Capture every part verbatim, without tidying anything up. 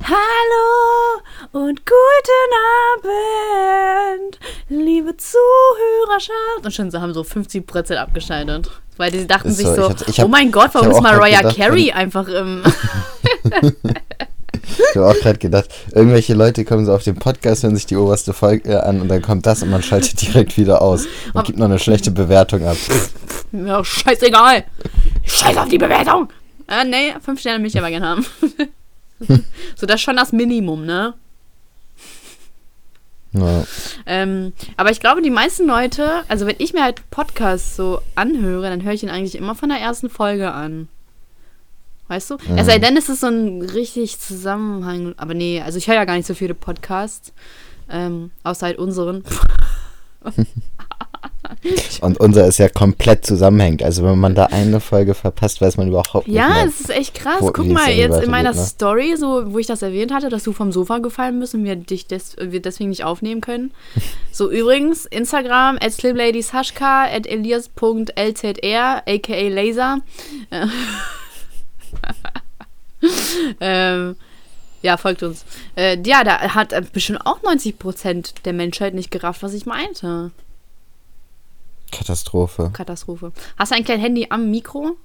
Hallo und guten Abend, liebe Zuhörerschaft. Und schon so haben so fünfzig Prozent abgeschaltet. Weil die dachten Ist sich so, so, ich hab- ich hab- oh mein Gott, warum ich ist hab auch Mariah grad gedacht, Carey wenn- einfach im... Ich habe auch gerade gedacht, irgendwelche Leute kommen so auf den Podcast, hören sich die oberste Folge an und dann kommt das und man schaltet direkt wieder aus und gibt noch eine schlechte Bewertung ab. Ja, scheißegal. Scheiß auf die Bewertung. Äh, nee, fünf Sterne möchte ich aber gerne haben. So, das ist schon das Minimum, ne? Ja. Ähm, aber ich glaube, die meisten Leute, also wenn ich mir halt Podcasts so anhöre, dann höre ich ihn eigentlich immer von der ersten Folge an. Weißt du? Mhm. Es sei denn, es ist so ein richtig Zusammenhang. Aber nee, also ich höre ja gar nicht so viele Podcasts. Ähm, außer halt unseren. Und unser ist ja komplett zusammenhängt. Also wenn man da eine Folge verpasst, weiß man überhaupt nicht Ja, mehr. das ist echt krass. wo- Guck wie es mal, irgendwie jetzt in meiner weitergeht, ne? Story, so, wo ich das erwähnt hatte, dass du vom Sofa gefallen bist und wir dich des, wir deswegen nicht aufnehmen können. So, übrigens, Instagram, at slimladieshaschka, at elias.lzr, aka Laser. Äh, ähm, ja, folgt uns. Äh, ja, da hat äh, bestimmt auch neunzig Prozent der Menschheit nicht gerafft, was ich meinte. Katastrophe. Katastrophe. Hast du ein kleines Handy am Mikro?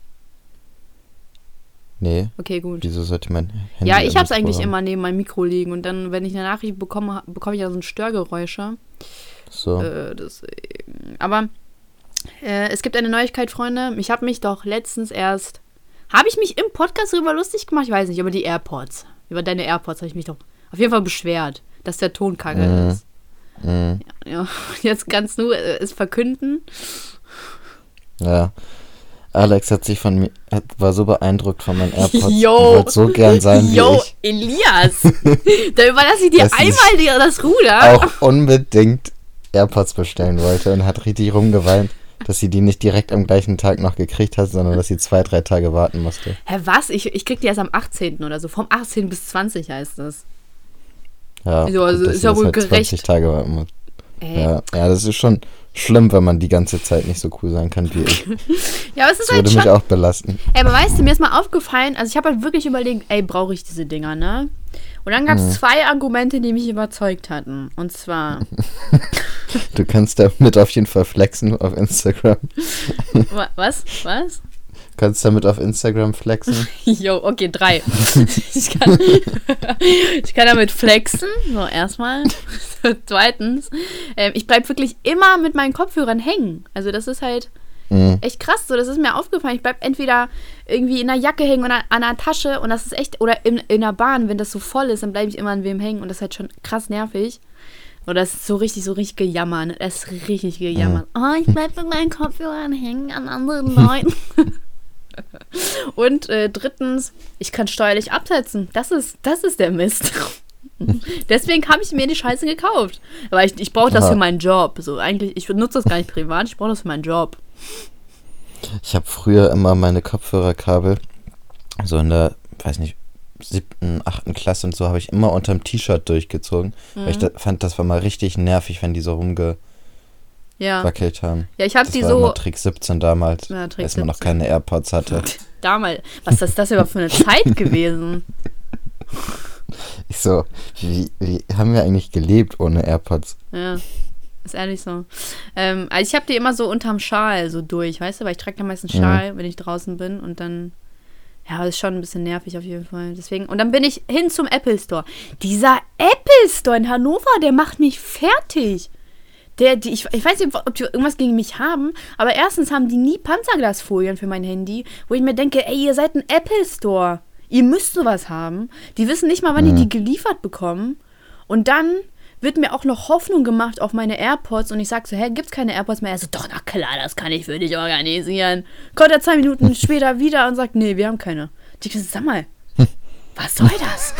Nee, Okay, gut. wieso sollte mein Handy Ja, ich am hab's Mikro eigentlich haben? immer neben meinem Mikro liegen und dann, wenn ich eine Nachricht bekomme, bekomme ich ja so ein Störgeräusche. So. Äh, deswegen. Aber äh, es gibt eine Neuigkeit, Freunde. Ich habe mich doch letztens erst... Habe ich mich im Podcast darüber lustig gemacht? Ich weiß nicht, über die AirPods. Über deine AirPods habe ich mich doch auf jeden Fall beschwert, dass der Ton kacke Mhm. ist. Mhm. Ja, jetzt kannst du äh, es verkünden. Ja. Alex hat sich von mir, hat, war so beeindruckt von meinen AirPods Yo. und wollte so gern sein wie Yo, ich. Elias! Da überlasse ich dir Dass sie einmal sich die, das Ruder. Auch unbedingt AirPods bestellen wollte und hat richtig rumgeweint, dass sie die nicht direkt am gleichen Tag noch gekriegt hat, sondern dass sie zwei, drei Tage warten musste. Hä, was? Ich, ich krieg die erst am achtzehnten oder so. Vom achtzehnten bis zwanzig heißt das. Ja, Also, also dass ist sie ja das wohl halt gerecht. zwanzig Tage warten muss. Ey. Ja, ja, das ist schon schlimm, wenn man die ganze Zeit nicht so cool sein kann wie ich. Ja, aber es ist Das halt würde schon... mich auch belasten. Ey, aber weißt du, mir ist mal aufgefallen, also ich habe halt wirklich überlegt, ey, brauche ich diese Dinger, ne? Und dann gab es Mhm. zwei Argumente, die mich überzeugt hatten. Und zwar... Du kannst damit auf jeden Fall flexen auf Instagram. wa- was? Was? Kannst damit auf Instagram flexen. Jo, okay, drei. Ich kann, ich kann damit flexen, so erstmal. Zweitens, ähm, ich bleib wirklich immer mit meinen Kopfhörern hängen. Also das ist halt Mhm. echt krass so, das ist mir aufgefallen. Ich bleib entweder irgendwie in der Jacke hängen oder an der Tasche und das ist echt, oder in, in der Bahn, wenn das so voll ist, dann bleibe ich immer an wem hängen und das ist halt schon krass nervig. Oder das ist so richtig, so richtig gejammert. Das ist richtig gejammert. Oh, ich bleib mit meinen Kopfhörern hängen an anderen Leuten. Und äh, drittens, ich kann steuerlich absetzen. Das ist, das ist der Mist. Deswegen habe ich mir die Scheiße gekauft. Weil ich, ich brauche das Aha. für meinen Job. So, eigentlich, ich nutze das gar nicht privat, ich brauche das für meinen Job. Ich habe früher immer meine Kopfhörerkabel, so in der, weiß nicht, siebten, achten Klasse und so, habe ich immer unterm T-Shirt durchgezogen. Mhm. Weil ich da, fand, das war mal richtig nervig, wenn die so rumgewackelt Ja. haben. Ja, ich habe Das die war so immer Trick siebzehn damals, Ja, Trick als man noch siebzehn. keine AirPods hatte. damals. Was ist das überhaupt für eine Zeit gewesen? Ich so, wie, wie haben wir eigentlich gelebt ohne AirPods? Ja, ist ehrlich so. Ähm, also ich habe die immer so unterm Schal so durch, weißt du, weil ich trage ja meistens Mhm. Schal, wenn ich draußen bin und dann, ja, das ist schon ein bisschen nervig auf jeden Fall. Deswegen, und dann bin ich hin zum Apple Store. Dieser Apple Store in Hannover, der macht mich fertig. Der, die, ich, ich weiß nicht, ob die irgendwas gegen mich haben, aber erstens haben die nie Panzerglasfolien für mein Handy, wo ich mir denke, ey, ihr seid ein Apple Store. Ihr müsst sowas haben. Die wissen nicht mal, wann Mhm. die die geliefert bekommen. Und dann wird mir auch noch Hoffnung gemacht auf meine AirPods und ich sag so, hä, gibt's keine AirPods mehr? Er so, doch, na klar, das kann ich für dich organisieren. Kommt er zwei Minuten später wieder und sagt, nee, wir haben keine. Ich so, sag mal, was soll das?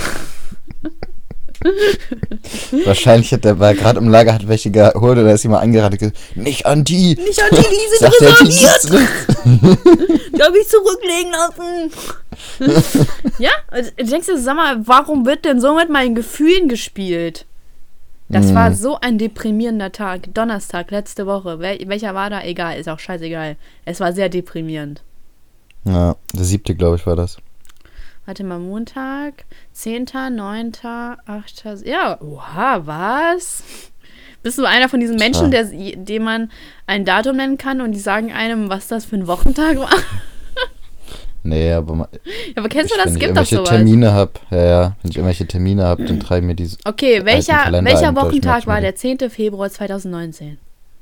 Wahrscheinlich hat der bei gerade im Lager hat welche geholt oder ist jemand angeraten gesagt, nicht an die. Nicht an die, die sind Sagt er, die reserviert. gibt's nicht. Die hab ich zurücklegen lassen. Ja, und du denkst dir, sag mal, warum wird denn so mit meinen Gefühlen gespielt? Das Mhm. war so ein deprimierender Tag. Donnerstag, letzte Woche. Wel welcher war da? Egal, ist auch scheißegal. Es war sehr deprimierend. Ja, der siebte, glaube ich, war das. Warte mal, Montag, zehnter, neunter, achter Ja, oha, was? Bist du einer von diesen Menschen, der, dem man ein Datum nennen kann und die sagen einem, was das für ein Wochentag war? Nee, aber, ma- Ja, aber kennst du ich, das? wenn Es ich gibt doch irgendwelche sowas. Termine habe, ja, ja, wenn ich irgendwelche Termine habe, dann treiben mir diese Okay, alten welcher, Kalender welcher ein, durch Wochentag manchmal war die- der zehnte Februar zweitausendneunzehn?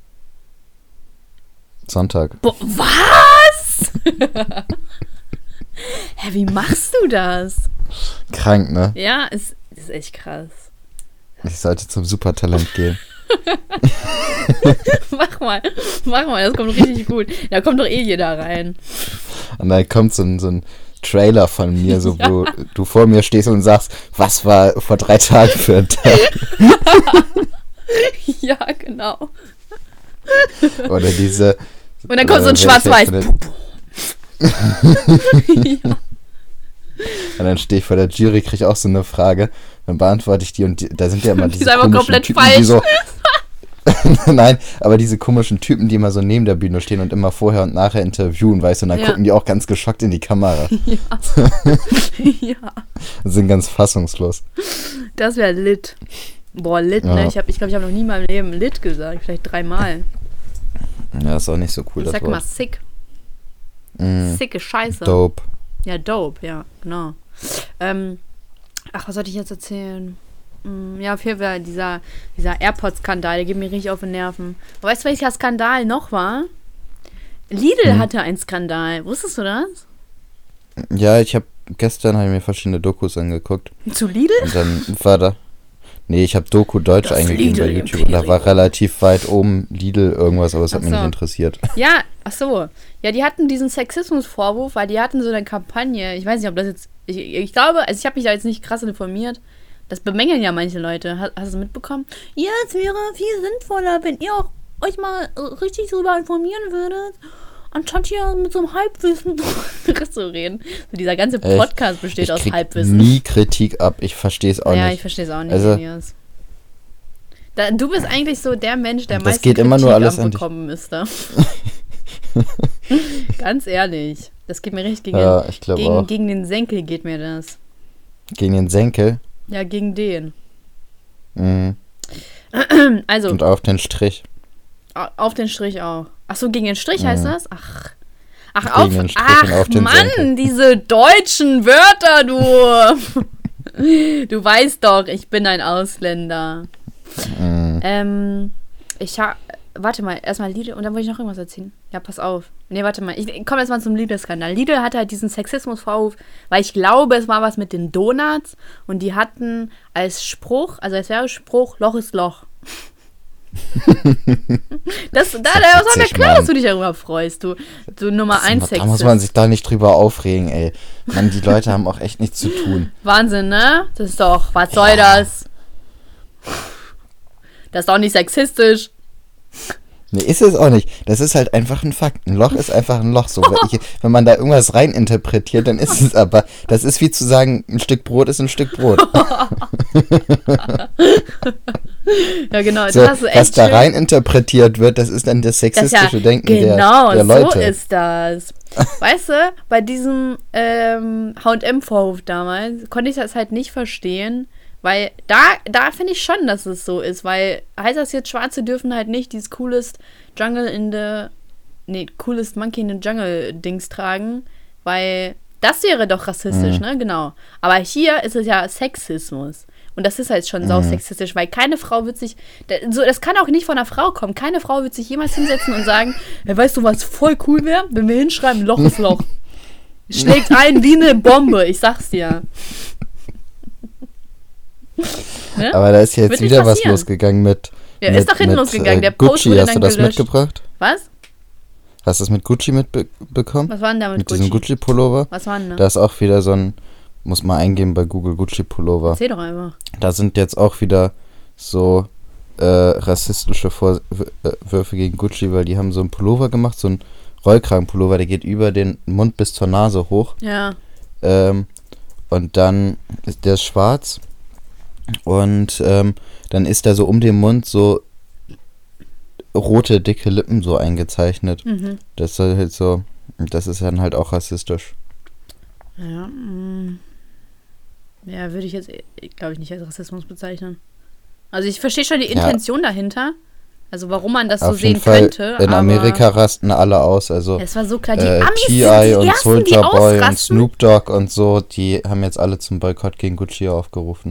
Sonntag. Boah, was? Hä, wie machst du das? Krank, ne? Ja, ist, ist echt krass. Ich sollte zum Supertalent gehen. Mach mal, mach mal, das kommt richtig gut. Da kommt doch eh jeder rein. Und dann kommt so ein, so ein Trailer von mir, so Ja. wo du vor mir stehst und sagst, was war vor drei Tagen für ein Tag? Ja, genau. Oder diese... Und dann kommt so ein äh, wer ist jetzt Schwarz-Weiß. von der- Ja. Und dann stehe ich vor der Jury, kriege auch so eine Frage, dann beantworte ich die und die, da sind ja immer Die diese ist einfach komischen komplett Typen, falsch. die so... Nein, aber diese komischen Typen, die immer so neben der Bühne stehen und immer vorher und nachher interviewen, weißt du, und dann Ja. gucken die auch ganz geschockt in die Kamera Ja, und sind ganz fassungslos. das wäre lit. Boah, lit, Ja. ne? Ich glaube, ich, glaub, ich habe noch nie in meinem Leben lit gesagt. Vielleicht dreimal. Ja, ist auch nicht so cool, Ich das sag immer Wort. sick. Mm, Sicke Scheiße. dope. Ja, dope, ja, genau. Ähm, ach, was sollte ich jetzt erzählen? Hm, ja, auf jeden Fall dieser, dieser AirPods-Skandal, der geht mir richtig auf den Nerven. Aber weißt du, welcher Skandal noch war? Lidl Hm. hatte einen Skandal. Wusstest du das? Ja, ich habe gestern hab ich mir verschiedene Dokus angeguckt Zu Lidl? und dann war da... Nee, ich habe Doku Deutsch Das eingegeben bei Lidl YouTube und da war Imperium. relativ weit oben Lidl irgendwas, aber es hat Ach mich nicht so. interessiert. Ja, ach so. Ja, die hatten diesen Sexismusvorwurf, weil die hatten so eine Kampagne. Ich weiß nicht, ob das jetzt... Ich, ich glaube, also ich habe mich da jetzt nicht krass informiert. Das bemängeln ja manche Leute. Hast, hast du es mitbekommen? Ja, es wäre viel sinnvoller, wenn ihr auch euch mal äh, richtig darüber informieren würdet, anstatt hier mit so einem Halbwissen zu reden. So dieser ganze Echt? Podcast besteht Ich aus krieg Halbwissen. nie Kritik ab, ich verstehe es auch ja, ich nicht. verstehe es auch nicht, Also- Elias. Da, du bist eigentlich so der Mensch, der Das meistens geht immer nur alles an dich. abbekommen müsste. Ganz ehrlich. Das geht mir richtig gegen, Ja, den, ich glaube gegen, auch. gegen den Senkel geht mir das. Gegen den Senkel Ja, gegen den. mhm. Also, und auf den Strich. au- auf den Strich auch. Ach so, gegen den Strich heißt Mhm. das? Ach. Ach, Gegen auf, den Strich ach und auf den Mann, Senkel. diese deutschen Wörter, du. Du weißt doch, ich bin ein Ausländer. Mhm. Ähm, ich hab, warte mal, erstmal Lidl und dann wollte ich noch irgendwas erzählen. Ja, pass auf. Nee, warte mal, ich komme jetzt mal zum Lidl-Skandal. Lidl hatte halt diesen Sexismusvorwurf, weil ich glaube, es war was mit den Donuts und die hatten als Spruch, also als Werbespruch, Loch ist Loch. das, da, da war mir witzig, klar, Mann. dass du dich darüber freust, du, du Nummer eins Da muss Sexist. man sich doch nicht drüber aufregen, ey. Mann, die Leute haben auch echt nichts zu tun. Wahnsinn, ne? Das ist doch, was soll Ja. das? Das ist doch nicht sexistisch. Nee, ist es auch nicht. Das ist halt einfach ein Fakt. Ein Loch ist einfach ein Loch. So, wenn, ich, wenn man da irgendwas reininterpretiert, dann ist es aber, das ist wie zu sagen, ein Stück Brot ist ein Stück Brot. Ja, genau. So, das hast du echt was da schön- reininterpretiert wird, das ist dann das Das ist sexistische ja, Denken genau, der, der Leute. so ist das. Weißt du, bei diesem ähm, H und M-Vorwurf damals konnte ich das halt nicht verstehen, weil da, da finde ich schon, dass es so ist, weil heißt das jetzt, Schwarze dürfen halt nicht dieses coolest Jungle in the, nee, coolest Monkey in the Jungle Dings tragen, weil das wäre doch rassistisch, Mhm. ne, genau. Aber hier ist es ja Sexismus. Und das ist halt schon sau Mhm. sexistisch, weil keine Frau wird sich, da- so, das kann auch nicht von einer Frau kommen. Keine Frau wird sich jemals hinsetzen und sagen, hey, weißt du, was voll cool wäre, wenn wir hinschreiben, Loch ist Loch. Schlägt ein wie eine Bombe, ich sag's dir. Ne? Aber da ist ja Wird jetzt nicht wieder was passieren. losgegangen mit, Ja, mit, ist doch hinten mit losgegangen. äh, Der Post Gucci. wurde Hast dann du das gelöscht. mitgebracht? Was? Hast du das mit Gucci mitbekommen? Was war denn da mit, Mit Gucci? diesem Gucci-Pullover? Was war denn da? Da ist auch wieder so ein, muss mal eingeben bei Google, Gucci-Pullover. Erzähl doch einfach. Da sind jetzt auch wieder so äh, rassistische Vorwürfe gegen Gucci, weil die haben so einen Pullover gemacht, so einen Rollkragenpullover, der geht über den Mund bis zur Nase hoch. Ja. Ähm, und dann ist der ist schwarz und ähm, dann ist da so um den Mund so rote, dicke Lippen so eingezeichnet. Mhm. Das ist halt so, das ist dann halt auch rassistisch. Ja, mm, Ja, würde ich jetzt, glaube ich, nicht als Rassismus bezeichnen. Also ich verstehe schon die Ja. Intention dahinter. Also warum man das so Auf jeden sehen Fall, könnte. in aber Amerika rasten alle aus, also es war so klar, die äh, Amis T I sind die und Ersten, die Soulja Boy und ausrasten. Snoop Dogg und so, die haben jetzt alle zum Boykott gegen Gucci aufgerufen.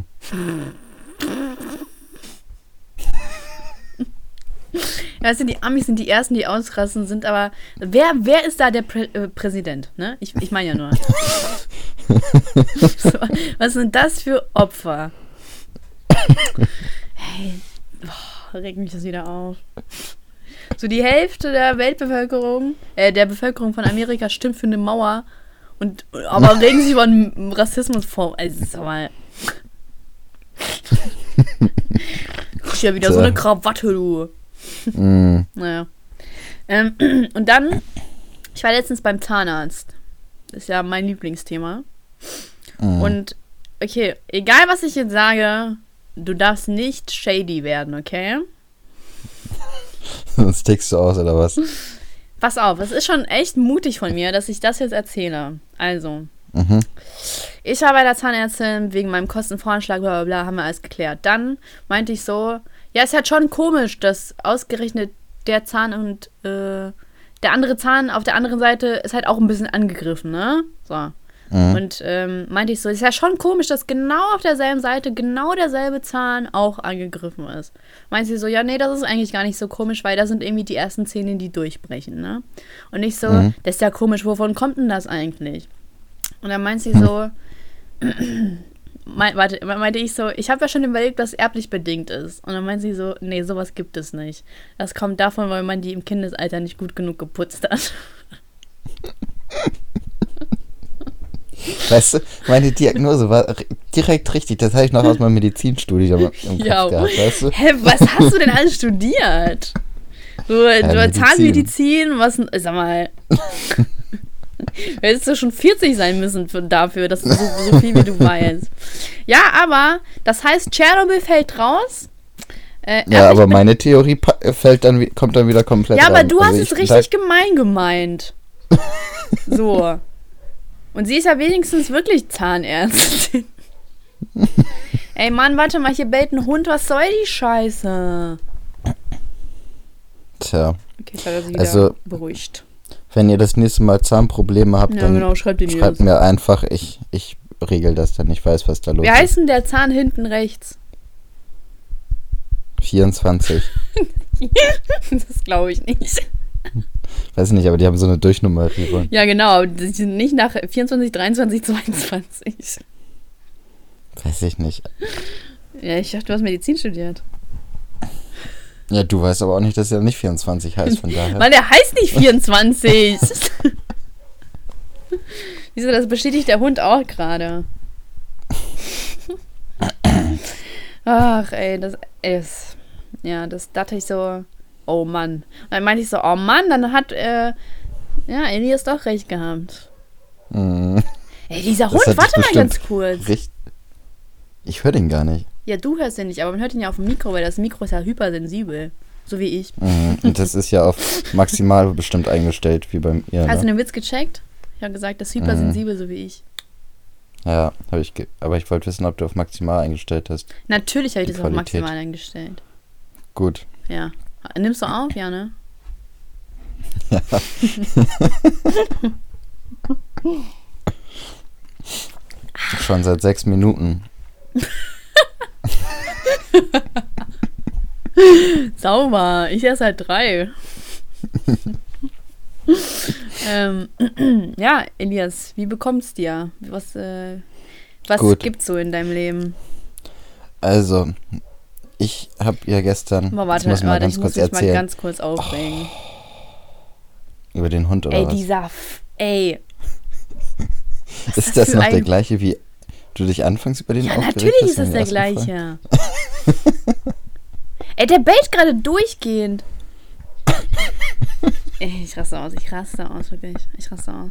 Weißt du, die Amis sind die Ersten, die ausrasten, sind aber... Wer, wer ist da der Prä äh, Präsident, ne? Ich, ich meine ja nur. So, was sind das für Opfer? Hey, boah, regt mich das wieder auf. So die Hälfte der Weltbevölkerung, äh, der Bevölkerung von Amerika stimmt für eine Mauer und aber regen sich über einen Rassismus vor. Also, sag mal. Ist ja wieder so eine Krawatte, du. Mm. Naja. Ähm, und dann, ich war letztens beim Zahnarzt. Das ist ja mein Lieblingsthema. Mm. Und, okay, egal was ich jetzt sage, du darfst nicht shady werden, okay? Sonst tickst du aus, oder was? Pass auf, es ist schon echt mutig von mir, dass ich das jetzt erzähle. Also, Mhm. ich war bei der Zahnärztin wegen meinem Kostenvoranschlag, bla bla bla, haben wir alles geklärt. Dann meinte ich so, ja, ist halt schon komisch, dass ausgerechnet der Zahn und äh, der andere Zahn auf der anderen Seite ist halt auch ein bisschen angegriffen, ne? So. Mhm. Und ähm, meinte ich so, ist ja schon komisch, dass genau auf derselben Seite genau derselbe Zahn auch angegriffen ist. Meinte sie so, ja, nee, das ist eigentlich gar nicht so komisch, weil da sind irgendwie die ersten Zähne, die durchbrechen, ne? Und ich so, Mhm. das ist ja komisch, wovon kommt denn das eigentlich? Und dann meint sie so, mein, warte, meinte ich so, ich habe ja schon überlegt, was erblich bedingt ist. Und dann meint sie so, nee, sowas gibt es nicht. Das kommt davon, weil man die im Kindesalter nicht gut genug geputzt hat. Weißt du, meine Diagnose war r- direkt richtig. Das habe ich noch aus meinem Medizinstudium im Kopf Ja. gehabt, weißt du? Hä, was hast du denn alles studiert? So, du Medizin. Zahnmedizin, was, sag mal, hättest du schon vierzig sein müssen für, dafür, dass du so, so viel wie du weißt. Ja, aber, das heißt, Tschernobyl fällt raus. Äh, Ja, erblich aber be- meine Theorie pa- fällt dann, wi- kommt dann wieder komplett Ja, aber rein. du Also hast ich es richtig gemein gemeint. So. Und sie ist ja wenigstens wirklich Zahnärztin. Ey, Mann, warte mal, hier bellt ein Hund. Was soll die Scheiße? Tja, Okay, jetzt hat er sich wieder Also- beruhigt. wenn ihr das nächste Mal Zahnprobleme habt, Ja, dann genau, schreibt ihn schreibt mir einfach. Ich, ich regel das dann. Ich weiß, was da los Wie ist. heißt denn der Zahn hinten rechts? vierundzwanzig. Das glaube ich nicht. Weiß nicht, aber die haben so eine Durchnummerierung. Ja, genau. Die sind nicht nach vierundzwanzig, dreiundzwanzig, zweiundzwanzig. Weiß ich nicht. Ja, ich dachte, du hast Medizin studiert. Ja, du weißt aber auch nicht, dass er nicht vierundzwanzig heißt, von daher. Weil der heißt nicht vierundzwanzig. Wieso, das bestätigt der Hund auch gerade. Ach, ey, das ist. Ja, das dachte ich so. Oh Mann. Und dann meinte ich so, oh Mann, dann hat, äh, ja, Elias doch recht gehabt. Mhm. Ey, dieser Das Hund, hat dich warte mal bestimmt ganz kurz. Richt- Ich höre den gar nicht. Ja, du hörst ihn nicht, aber man hört ihn ja auf dem Mikro, weil das Mikro ist ja hypersensibel. So wie ich. Mhm. Und das ist ja auf maximal bestimmt eingestellt, wie bei mir. Hast du Ne? den Witz gecheckt? Ich habe gesagt, das ist hypersensibel, so wie ich. Ja, habe ich. Ge- aber ich wollte wissen, ob du auf maximal eingestellt hast. Natürlich habe ich Die das auf Qualität. maximal eingestellt. Gut. Ja. Nimmst du auf? Ja, ne? Ja. Schon seit sechs Minuten. Sauber. Ich erst seit drei. ähm, ja, Elias, wie bekommst du dir? Was, äh, was Gut. gibt's so in deinem Leben? Also, ich habe ja gestern. Mal, das warte, muss ich mal warte, ganz ich muss kurz mich mal erzählen. ganz kurz aufregen. Über den Hund oder Ey, was? dieser, F ey. Was Ist das für noch ein- der gleiche, wie du dich anfangs über den Ja, aufgeregt natürlich hast ist in das der der ersten Folge? gleiche. Ey, der bellt gerade durchgehend. Ey, ich raste aus, ich raste aus, wirklich. Ich raste aus.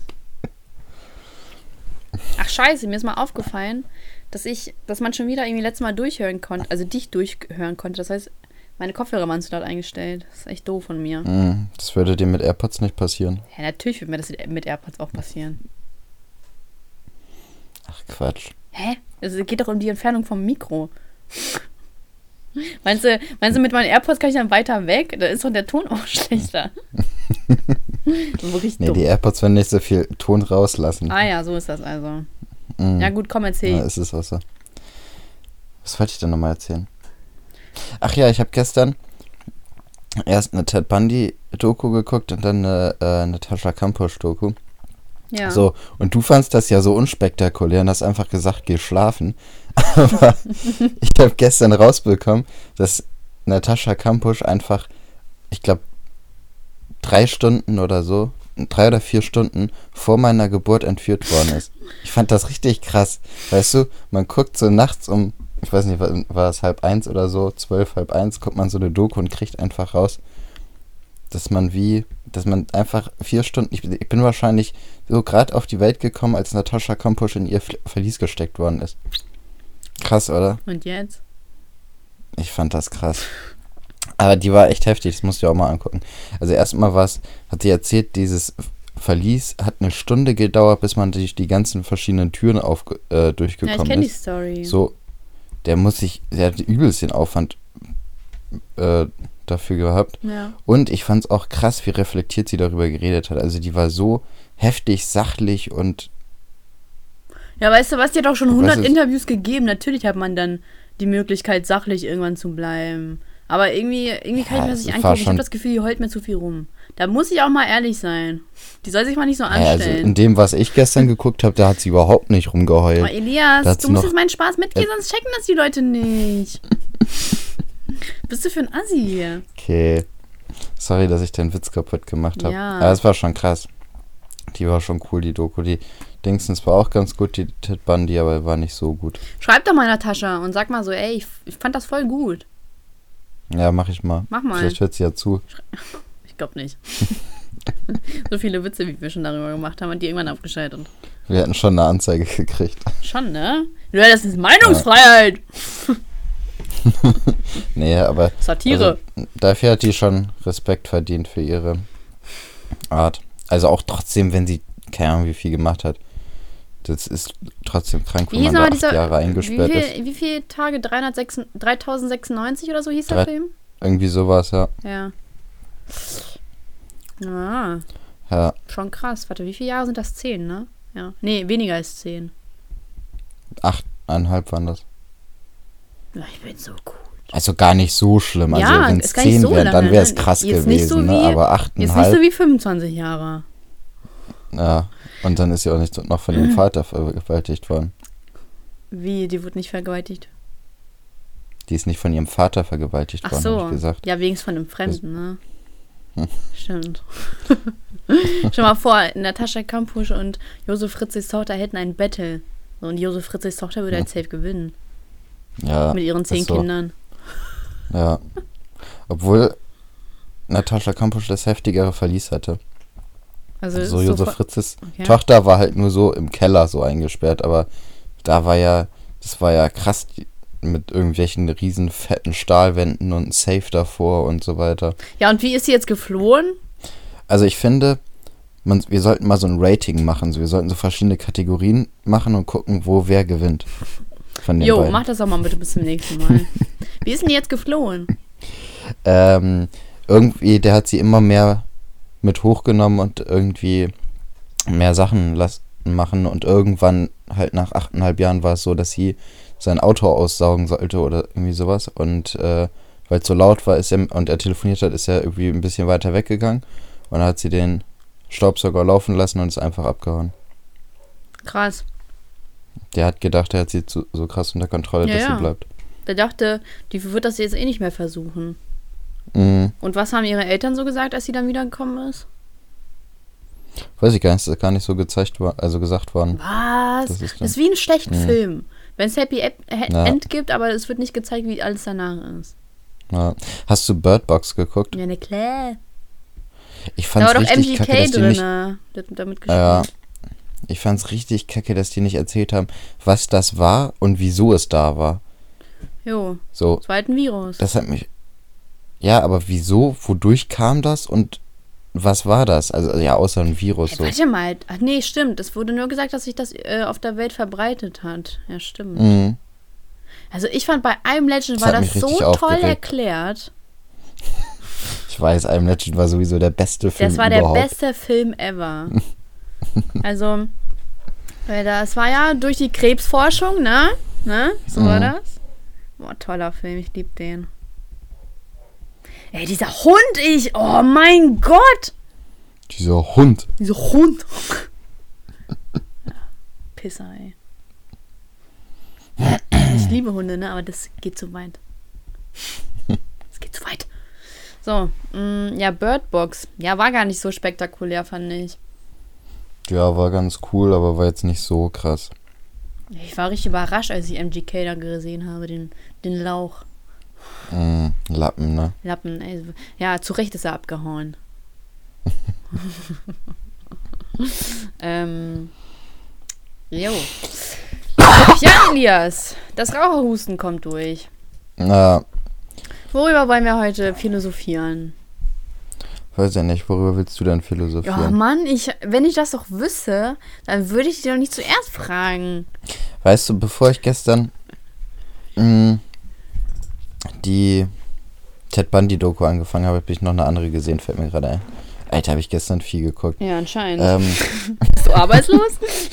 Ach scheiße, mir ist mal aufgefallen, dass ich, dass man schon wieder irgendwie letztes Mal durchhören konnte, also dich durchhören konnte. Das heißt, meine Kopfhörer waren zu laut eingestellt. Das ist echt doof von mir. Mhm, das würde dir mit AirPods nicht passieren. Ja, natürlich wird mir das mit AirPods auch passieren. Ach Quatsch. Hä? Es geht doch um die Entfernung vom Mikro. Meinst du, meinst du, mit meinen AirPods kann ich dann weiter weg? Da ist doch der Ton auch schlechter. Nee, die AirPods werden nicht so viel Ton rauslassen. Ah ja, so ist das also. Mhm. Ja gut, komm, erzähl. Ja, ist es auch so. Was wollte ich denn nochmal erzählen? Ach ja, ich habe gestern erst eine Ted Bundy-Doku geguckt und dann eine äh, Natascha Kampusch-Doku. Ja. So, und du fandst das ja so unspektakulär und hast einfach gesagt, geh schlafen. Aber ich habe gestern rausbekommen, dass Natascha Kampusch einfach, ich glaube, drei Stunden oder so, drei oder vier Stunden vor meiner Geburt entführt worden ist. Ich fand das richtig krass. Weißt du, man guckt so nachts um, ich weiß nicht, war, war es halb eins oder so, zwölf, halb eins, guckt man so eine Doku und kriegt einfach raus, dass man wie, dass man einfach vier Stunden, ich, ich bin wahrscheinlich so gerade auf die Welt gekommen, als Natascha Kampusch in ihr Verlies gesteckt worden ist. Krass, oder? Und jetzt? Ich fand das krass. Aber die war echt heftig, das musst du dir auch mal angucken. Also erstmal war es, hat sie erzählt, dieses Verlies hat eine Stunde gedauert, bis man durch die ganzen verschiedenen Türen auf, äh, durchgekommen ja, ich kenne die ist. Story. So, der muss sich, der hat übelst den Aufwand äh, dafür gehabt. Ja. Und ich fand es auch krass, wie reflektiert sie darüber geredet hat. Also die war so heftig, sachlich und Ja, weißt du was, die hat auch schon hundert Was ist- Interviews gegeben. Natürlich hat man dann die Möglichkeit, sachlich irgendwann zu bleiben. Aber irgendwie, irgendwie kann Ja, ich mir das es nicht war angucken. Ich schon- habe das Gefühl, die heult mir zu viel rum. Da muss ich auch mal ehrlich sein. Die soll sich mal nicht so naja, also anstellen. in dem, was ich gestern geguckt habe, da hat sie überhaupt nicht Oh, rumgeheult. Elias, Da hat du sie musst noch- jetzt meinen Spaß mitgehen, sonst checken das die Leute nicht. Bist du für ein Assi hier? Okay. Sorry, dass ich den Witz kaputt gemacht habe. Ja. Aber es war schon krass. Die war schon cool, die Doku. Die Dingsens war auch ganz gut, die Ted Bundy, aber war nicht so gut. Schreib doch mal Natascha und sag mal so, ey, ich, ich fand das voll gut. Ja, mach ich mal. Mach mal. Vielleicht hört sie ja zu. Ich glaube nicht. So viele Witze, wie wir schon darüber gemacht haben, hat die irgendwann abgeschaltet. Wir hätten schon eine Anzeige gekriegt. Schon, ne? Ja, das ist Meinungsfreiheit. Nee, aber Satire. Also, dafür hat die schon Respekt verdient für ihre Art. Also auch trotzdem, wenn sie, keine Ahnung, wie viel gemacht hat. Das ist trotzdem krank, wenn Wie hieß man da nochmal acht dieser, Jahre eingesperrt wie, ist. viel, wie viele Tage? dreitausendsechsundneunzig oder so hieß der Drei- Film? Irgendwie sowas, ja. Ja. Ah, Ja, schon krass. Warte, wie viele Jahre sind das? Zehn, ne? Ja. Nee, weniger als zehn. achteinhalb waren das. Ja, ich bin so gut. Also gar nicht so schlimm. Also Ja, wenn ist es gar nicht zehn so wären, dann lange, wäre es ne? krass Jetzt nicht so gewesen. wie- ne? Aber Jetzt nicht achteinhalb, so wie fünfundzwanzig Jahre. ja. Und dann ist sie auch nicht noch von ihrem Vater vergewaltigt worden. Wie, die wurde nicht vergewaltigt? Die ist nicht von ihrem Vater vergewaltigt Ach worden, habe so. ich gesagt. Ja, wenigstens von einem Fremden, ne? Hm. Stimmt. Stell mal vor, Natascha Kampusch und Josef Fritzls Tochter hätten ein Battle. So, und Josef Fritzls Tochter würde halt safe gewinnen. Ja, Mit ihren zehn ist so. Kindern. Ja. Obwohl Natascha Kampusch das heftigere Verlies hatte. Also, So ist Josef so- Fritzls okay. Tochter war halt nur so im Keller so eingesperrt, aber da war ja, das war ja krass die- mit irgendwelchen riesen fetten Stahlwänden und ein Safe davor und so weiter. Ja, und wie ist sie jetzt geflohen? Also ich finde, man, wir sollten mal so ein Rating machen. So, wir sollten so verschiedene Kategorien machen und gucken, wo wer gewinnt. Von den Jo, beiden. mach das auch mal bitte bis zum nächsten Mal. Wie ist denn die jetzt geflohen? Ähm, irgendwie, der hat sie immer mehr mit hochgenommen und irgendwie mehr Sachen lassen machen und irgendwann halt nach achteinhalb Jahren war es so, dass sie sein Auto aussaugen sollte oder irgendwie sowas und äh, weil es so laut war ist er, und er telefoniert hat, ist er irgendwie ein bisschen weiter weggegangen und dann hat sie den Staubsauger laufen lassen und ist einfach abgehauen. Krass. Der hat gedacht, er hat sie zu, so krass unter Kontrolle, Ja, dass ja. sie bleibt. Der dachte, die wird das jetzt eh nicht mehr versuchen. Mhm. Und was haben ihre Eltern so gesagt, als sie dann wiedergekommen ist? Weiß ich gar nicht, ist gar nicht so gezeigt war, also gesagt worden. Was? Das Das ist ist, dann- wie ein schlechter Mhm. Film. Wenn es Happy Ep- He- Ja. End gibt, aber es wird nicht gezeigt, wie alles danach ist. Ja. Hast du Bird Box geguckt? Ja, ne, klar. Ich Da fand's war doch richtig M G kacke, K dass die drin, nicht. ne? Der hat damit gespielt. Ja, ich fand's richtig kacke, dass die nicht erzählt haben, was das war und wieso es da war. Jo, So, es war halt ein Virus. das hat mich. Ja, aber wieso? Wodurch kam das? Und was war das? Also ja, außer ein Virus Hey, so. warte mal. Ach nee, stimmt. Es wurde nur gesagt, dass sich das äh, auf der Welt verbreitet hat. Ja, stimmt. Mhm. Also ich fand, bei I Am Legend Das war hat das mich so richtig toll aufgeregt. erklärt. Ich weiß, I Am Legend war sowieso der beste Film Das war überhaupt. der beste Film ever. Also, weil das war ja durch die Krebsforschung, ne? Ne? So Mhm. war das. Boah, toller Film, ich lieb den. Ey, dieser Hund, ich, oh mein Gott! Dieser Hund. Dieser Hund. Ja, Pisser, ey. Ich liebe Hunde, ne? Aber das geht zu weit. Das geht zu weit. So, mh, ja, Bird Box. Ja, war gar nicht so spektakulär, fand ich. Ja, war ganz cool, aber war jetzt nicht so krass. Ich war richtig überrascht, als ich M G K da gesehen habe, den, den Lauch. Mhm, Lappen, ne? Lappen, ey. Ja, zu Recht ist er abgehauen. ähm. Jo. Ja, Elias. Das Raucherhusten kommt durch. Na, Worüber wollen wir heute philosophieren? weiß ja nicht, worüber willst du denn Ja, philosophieren? Mann, ich, wenn ich das doch wüsste, dann würde ich dich doch nicht zuerst fragen. Weißt du, bevor ich gestern mh, die Ted Bundy-Doku angefangen habe, habe ich noch eine andere gesehen, fällt mir gerade ein. Alter, habe ich gestern viel geguckt. Ja, anscheinend. Ähm, Bist du arbeitslos?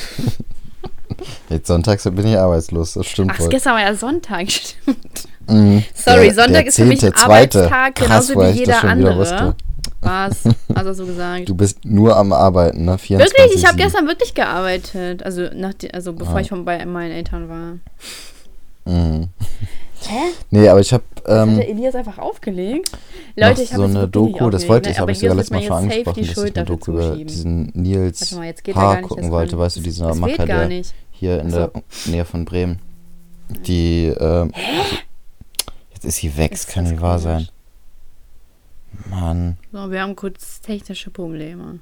jetzt sonntags bin ich arbeitslos, das stimmt Ach, wohl. gestern war ja Sonntag, stimmt. Mhm, Sorry, der- Sonntag der ist für mich ein zehnte, zweite. Arbeitstag, Krass, genauso woher wie ich das jeder schon wieder andere. wusste. Was? Hast du so gesagt? Du bist nur am Arbeiten, ne? vierundzwanzig Wirklich? Ich habe sieben. gestern wirklich gearbeitet. Also, nach die, also bevor Ah. ich von bei meinen Eltern war. Mhm. Hä? Nee, aber ich habe Das hat ähm, der Elias einfach aufgelegt? noch Leute, ich habe so jetzt eine wirklich nicht Doku, das aufgelegt, wollte ne? ich, habe Aber ich sogar Elias letztes Mal wird schon mir jetzt safe angesprochen, die dass ich Schuld eine dafür Doku über zuschieben. diesen Nils Warte mal, jetzt geht er gar Paar nicht gucken erst wollte, ran. weißt du, Das- dieser das Macker, geht gar der nicht. hier in Ach so. der Nähe von Bremen. Die, ähm, jetzt ist sie weg, Ist das kann das nicht wahr komisch. sein. Mann. So, wir haben kurz technische Probleme.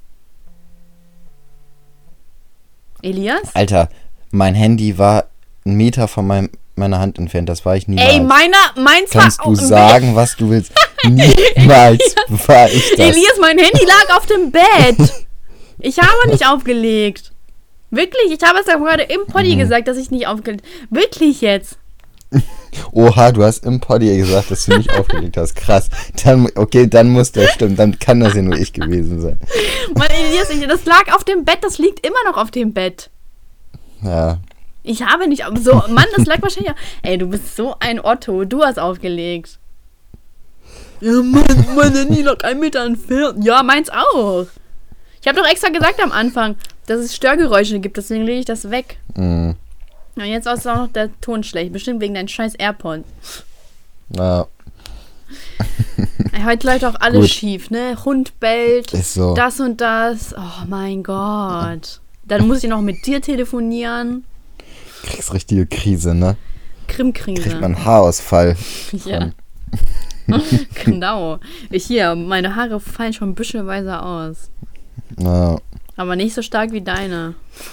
Elias? Alter, mein Handy war einen Meter von meinem, meiner Hand entfernt, das war ich niemals. Ey, meiner, meins Kannst war du auch- sagen, was du willst? Niemals war ich das. Elias, mein Handy lag auf dem Bett. Ich habe nicht aufgelegt. Wirklich, ich habe es ja gerade im Poddy Mhm. gesagt, dass ich nicht aufgelegt habe. Wirklich jetzt. Oha, du hast im Poddy gesagt, dass du nicht aufgelegt hast. Krass. Dann, okay, dann muss das stimmen. Dann kann das ja nur ich gewesen sein. Mann, Elias, ich, das lag auf dem Bett, das liegt immer noch auf dem Bett. Ja. Ich habe nicht auf, so, Mann, das lag wahrscheinlich. Ey, du bist so ein Otto, du hast aufgelegt. Ja, Mann, mein Handy lag ein Meter entfernt. Ja, meins auch. Ich habe doch extra gesagt am Anfang, dass es Störgeräusche gibt, deswegen lege ich das weg. Mhm. Und jetzt ist auch noch der Ton schlecht, bestimmt wegen deinen scheiß AirPods. Ja, Ey, heute läuft auch alles Gut. schief, ne? Hund bellt, ist so. das und das. Oh mein Gott. Dann muss ich noch mit dir telefonieren. Kriegst richtige Krise, ne? Krimkrise. Kriegt man Haarausfall. Ja. Genau. Ich hier, meine Haare fallen schon büschelweise aus. Ja. Aber nicht so stark wie deine.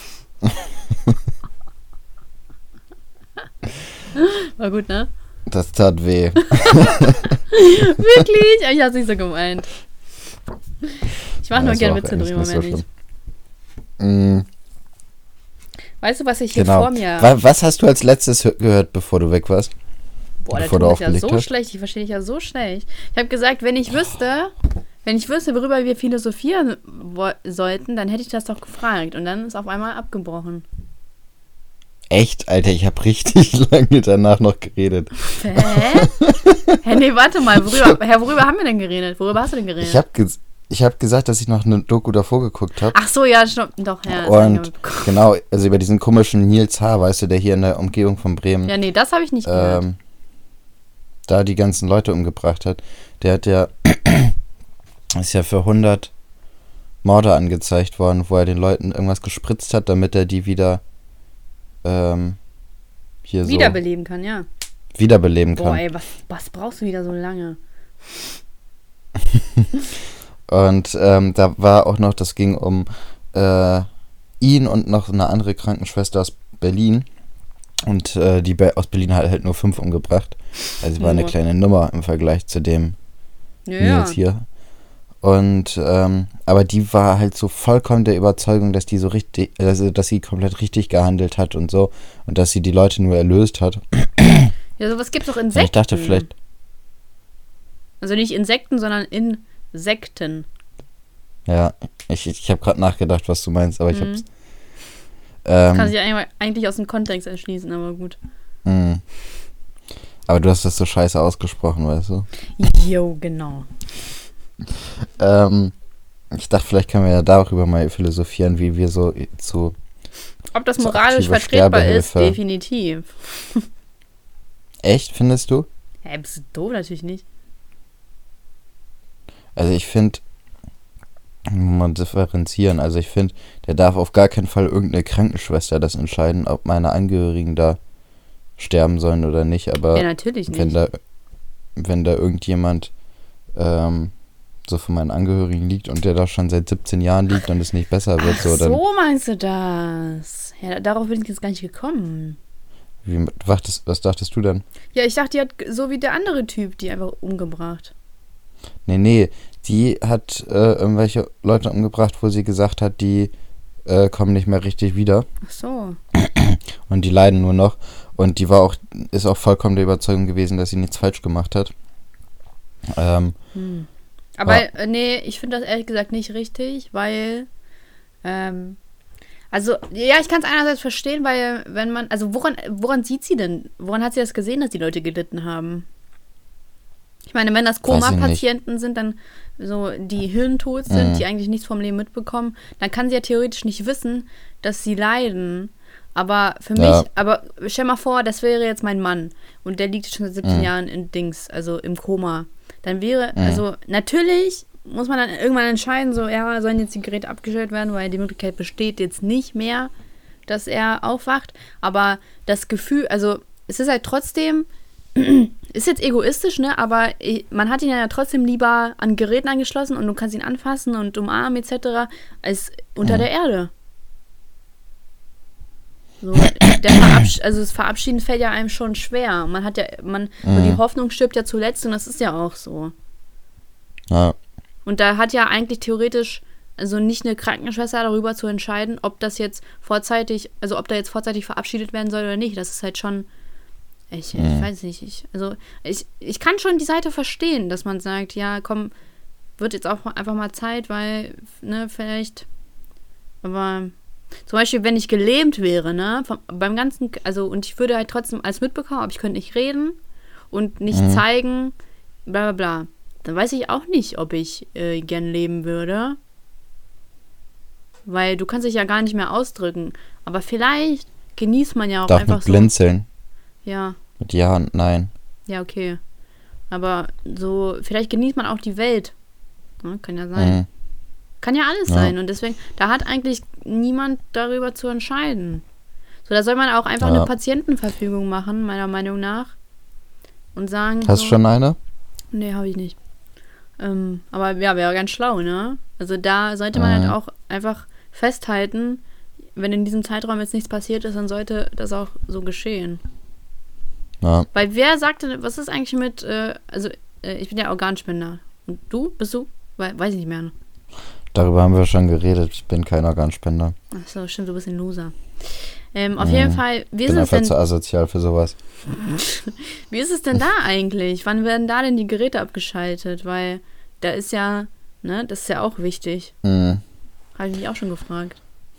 War gut, ne? Das tat weh. Wirklich? Ich hab's nicht so gemeint. Ich mach Ja, nur das gerne war auch Witze eigentlich drüber, nicht so wenn nicht. Mhm. Weißt du, was ich hier Genau. vor mir... Wa- Was hast du als letztes hö- gehört, bevor du weg warst? Boah, der bevor Ton du ist ja aufgelegt so hast? schlecht. Ich verstehe dich ja so schlecht. Ich habe gesagt, wenn ich wüsste, wenn ich wüsste, worüber wir philosophieren wo- sollten, dann hätte ich das doch gefragt. Und dann ist auf einmal abgebrochen. Echt, Alter, ich habe richtig lange danach noch geredet. Hä? Hä, nee, warte mal. Worüber, Herr, worüber haben wir denn geredet? Worüber hast du denn geredet? Ich habe ges ich hab gesagt, dass ich noch eine Doku davor geguckt habe. Ach so, ja, stimmt. Doch, ja. das hab ich Und mitbekommen. genau, also über diesen komischen Nils H., weißt du, der hier in der Umgebung von Bremen Ja, nee, das habe ich nicht gehört. ähm, da die ganzen Leute umgebracht hat. Der hat ja, ist ja für hundert Morde angezeigt worden, wo er den Leuten irgendwas gespritzt hat, damit er die wieder ähm, hier Wiederbeleben kann, ja. so wiederbeleben Boah, kann. ey, was, was brauchst du wieder so lange? Und ähm, da war auch noch, das ging um äh, ihn und noch eine andere Krankenschwester aus Berlin. Und äh, die Be aus Berlin hat halt nur fünf umgebracht. Also war eine Nur. kleine Nummer im Vergleich zu dem Ja, ja. Nils hier. Und, ähm, aber die war halt so vollkommen der Überzeugung, dass die so richtig, also dass sie komplett richtig gehandelt hat und so. Und dass sie die Leute nur erlöst hat. Ja, sowas gibt's auch Insekten. Und ich dachte vielleicht... Also nicht Insekten, sondern Insekten. Ja, ich, ich habe gerade nachgedacht, was du meinst, aber ich Mhm. hab's... Das Ähm, kann sich eigentlich- eigentlich aus dem Kontext erschließen, aber gut. mh. Aber du hast das so scheiße ausgesprochen, weißt du? Jo, genau. Ähm, ich dachte, vielleicht können wir ja darüber mal philosophieren, wie wir so zu... Ob das So moralisch aktive vertretbar ist, Sterbehilfe. definitiv. Echt, findest du? Ja, bist du doof? Natürlich nicht. Also ich finde, man differenzieren. Also ich finde, der darf auf gar keinen Fall irgendeine Krankenschwester das entscheiden, ob meine Angehörigen da sterben sollen oder nicht. Aber Ja, natürlich wenn nicht. da, wenn da irgendjemand ähm, so von meinen Angehörigen liegt und der da schon seit siebzehn Jahren liegt und es nicht besser wird, Ach so dann. so meinst du das? Ja, darauf bin ich jetzt gar nicht gekommen. Wie, was, was dachtest du denn? Ja, ich dachte, die hat so wie der andere Typ die einfach umgebracht. Nee, nee, die hat äh, irgendwelche Leute umgebracht, wo sie gesagt hat, die äh, kommen nicht mehr richtig wieder. Ach so. Und die leiden nur noch. Und die war auch, ist auch vollkommen der Überzeugung gewesen, dass sie nichts falsch gemacht hat. Ähm, Hm. Aber Ja. äh, nee, ich finde das ehrlich gesagt nicht richtig, weil, ähm, also, ja, ich kann es einerseits verstehen, weil, wenn man, also woran, woran sieht sie denn, woran hat sie das gesehen, dass die Leute gelitten haben? Ich meine, wenn das Weiß ich nicht. Koma-Patienten sind, dann so, die hirntot sind, Mhm. die eigentlich nichts vom Leben mitbekommen, dann kann sie ja theoretisch nicht wissen, dass sie leiden. Aber für mich, Ja. aber stell mal vor, das wäre jetzt mein Mann und der liegt schon seit siebzehn Mhm. Jahren in Dings, also im Koma. Dann wäre, Mhm. also natürlich muss man dann irgendwann entscheiden, so, ja, sollen jetzt die Geräte abgestellt werden, weil die Möglichkeit besteht jetzt nicht mehr, dass er aufwacht. Aber das Gefühl, also es ist halt trotzdem, ist jetzt egoistisch, ne, aber ich, man hat ihn ja trotzdem lieber an Geräten angeschlossen und du kannst ihn anfassen und umarmen et cetera, als unter Mhm. der Erde. So, der Verabsch also das Verabschieden fällt ja einem schon schwer. Man hat ja, man, so Mhm. die Hoffnung stirbt ja zuletzt und das ist ja auch so. ja. Und da hat ja eigentlich theoretisch, also nicht eine Krankenschwester darüber zu entscheiden, ob das jetzt vorzeitig, also ob da jetzt vorzeitig verabschiedet werden soll oder nicht. Das ist halt schon, ich, ich Mhm. weiß nicht, ich, also ich, ich kann schon die Seite verstehen, dass man sagt, ja, komm, wird jetzt auch mal, einfach mal Zeit, weil, ne, vielleicht, aber zum Beispiel, wenn ich gelähmt wäre, ne, vom, beim ganzen, also und ich würde halt trotzdem alles mitbekommen, aber ich könnte nicht reden und nicht Mhm. zeigen, bla bla bla. Dann weiß ich auch nicht, ob ich äh, gern leben würde. Weil du kannst dich ja gar nicht mehr ausdrücken. Aber vielleicht genießt man ja auch Darf einfach mit so. blinzeln. Ja, Mit Ja und Nein. ja, okay. Aber so, vielleicht genießt man auch die Welt. Ja, kann ja sein. Mhm. Kann ja alles Ja. sein. Und deswegen, da hat eigentlich niemand darüber zu entscheiden. So, da soll man auch einfach Ja. eine Patientenverfügung machen, meiner Meinung nach. Und sagen. Hast du so, schon eine? Nee, habe ich nicht. Ähm, aber ja, wäre ganz schlau, ne? Also da sollte man Mhm. halt auch einfach festhalten, wenn in diesem Zeitraum jetzt nichts passiert ist, dann sollte das auch so geschehen. Ja. Weil wer sagte, was ist eigentlich mit, äh, also äh, ich bin ja Organspender. Und du? Bist du? We weiß ich nicht mehr. Darüber haben wir schon geredet. Ich bin kein Organspender. Ach so, stimmt, du bist ein Loser. Ähm, auf Mhm. jeden Fall, wie Ich ist bin es einfach denn, zu asozial für sowas. wie ist es denn da eigentlich? Wann werden da denn die Geräte abgeschaltet? Weil da ist ja, ne, das ist ja auch wichtig. Mhm. Habe ich mich auch schon gefragt.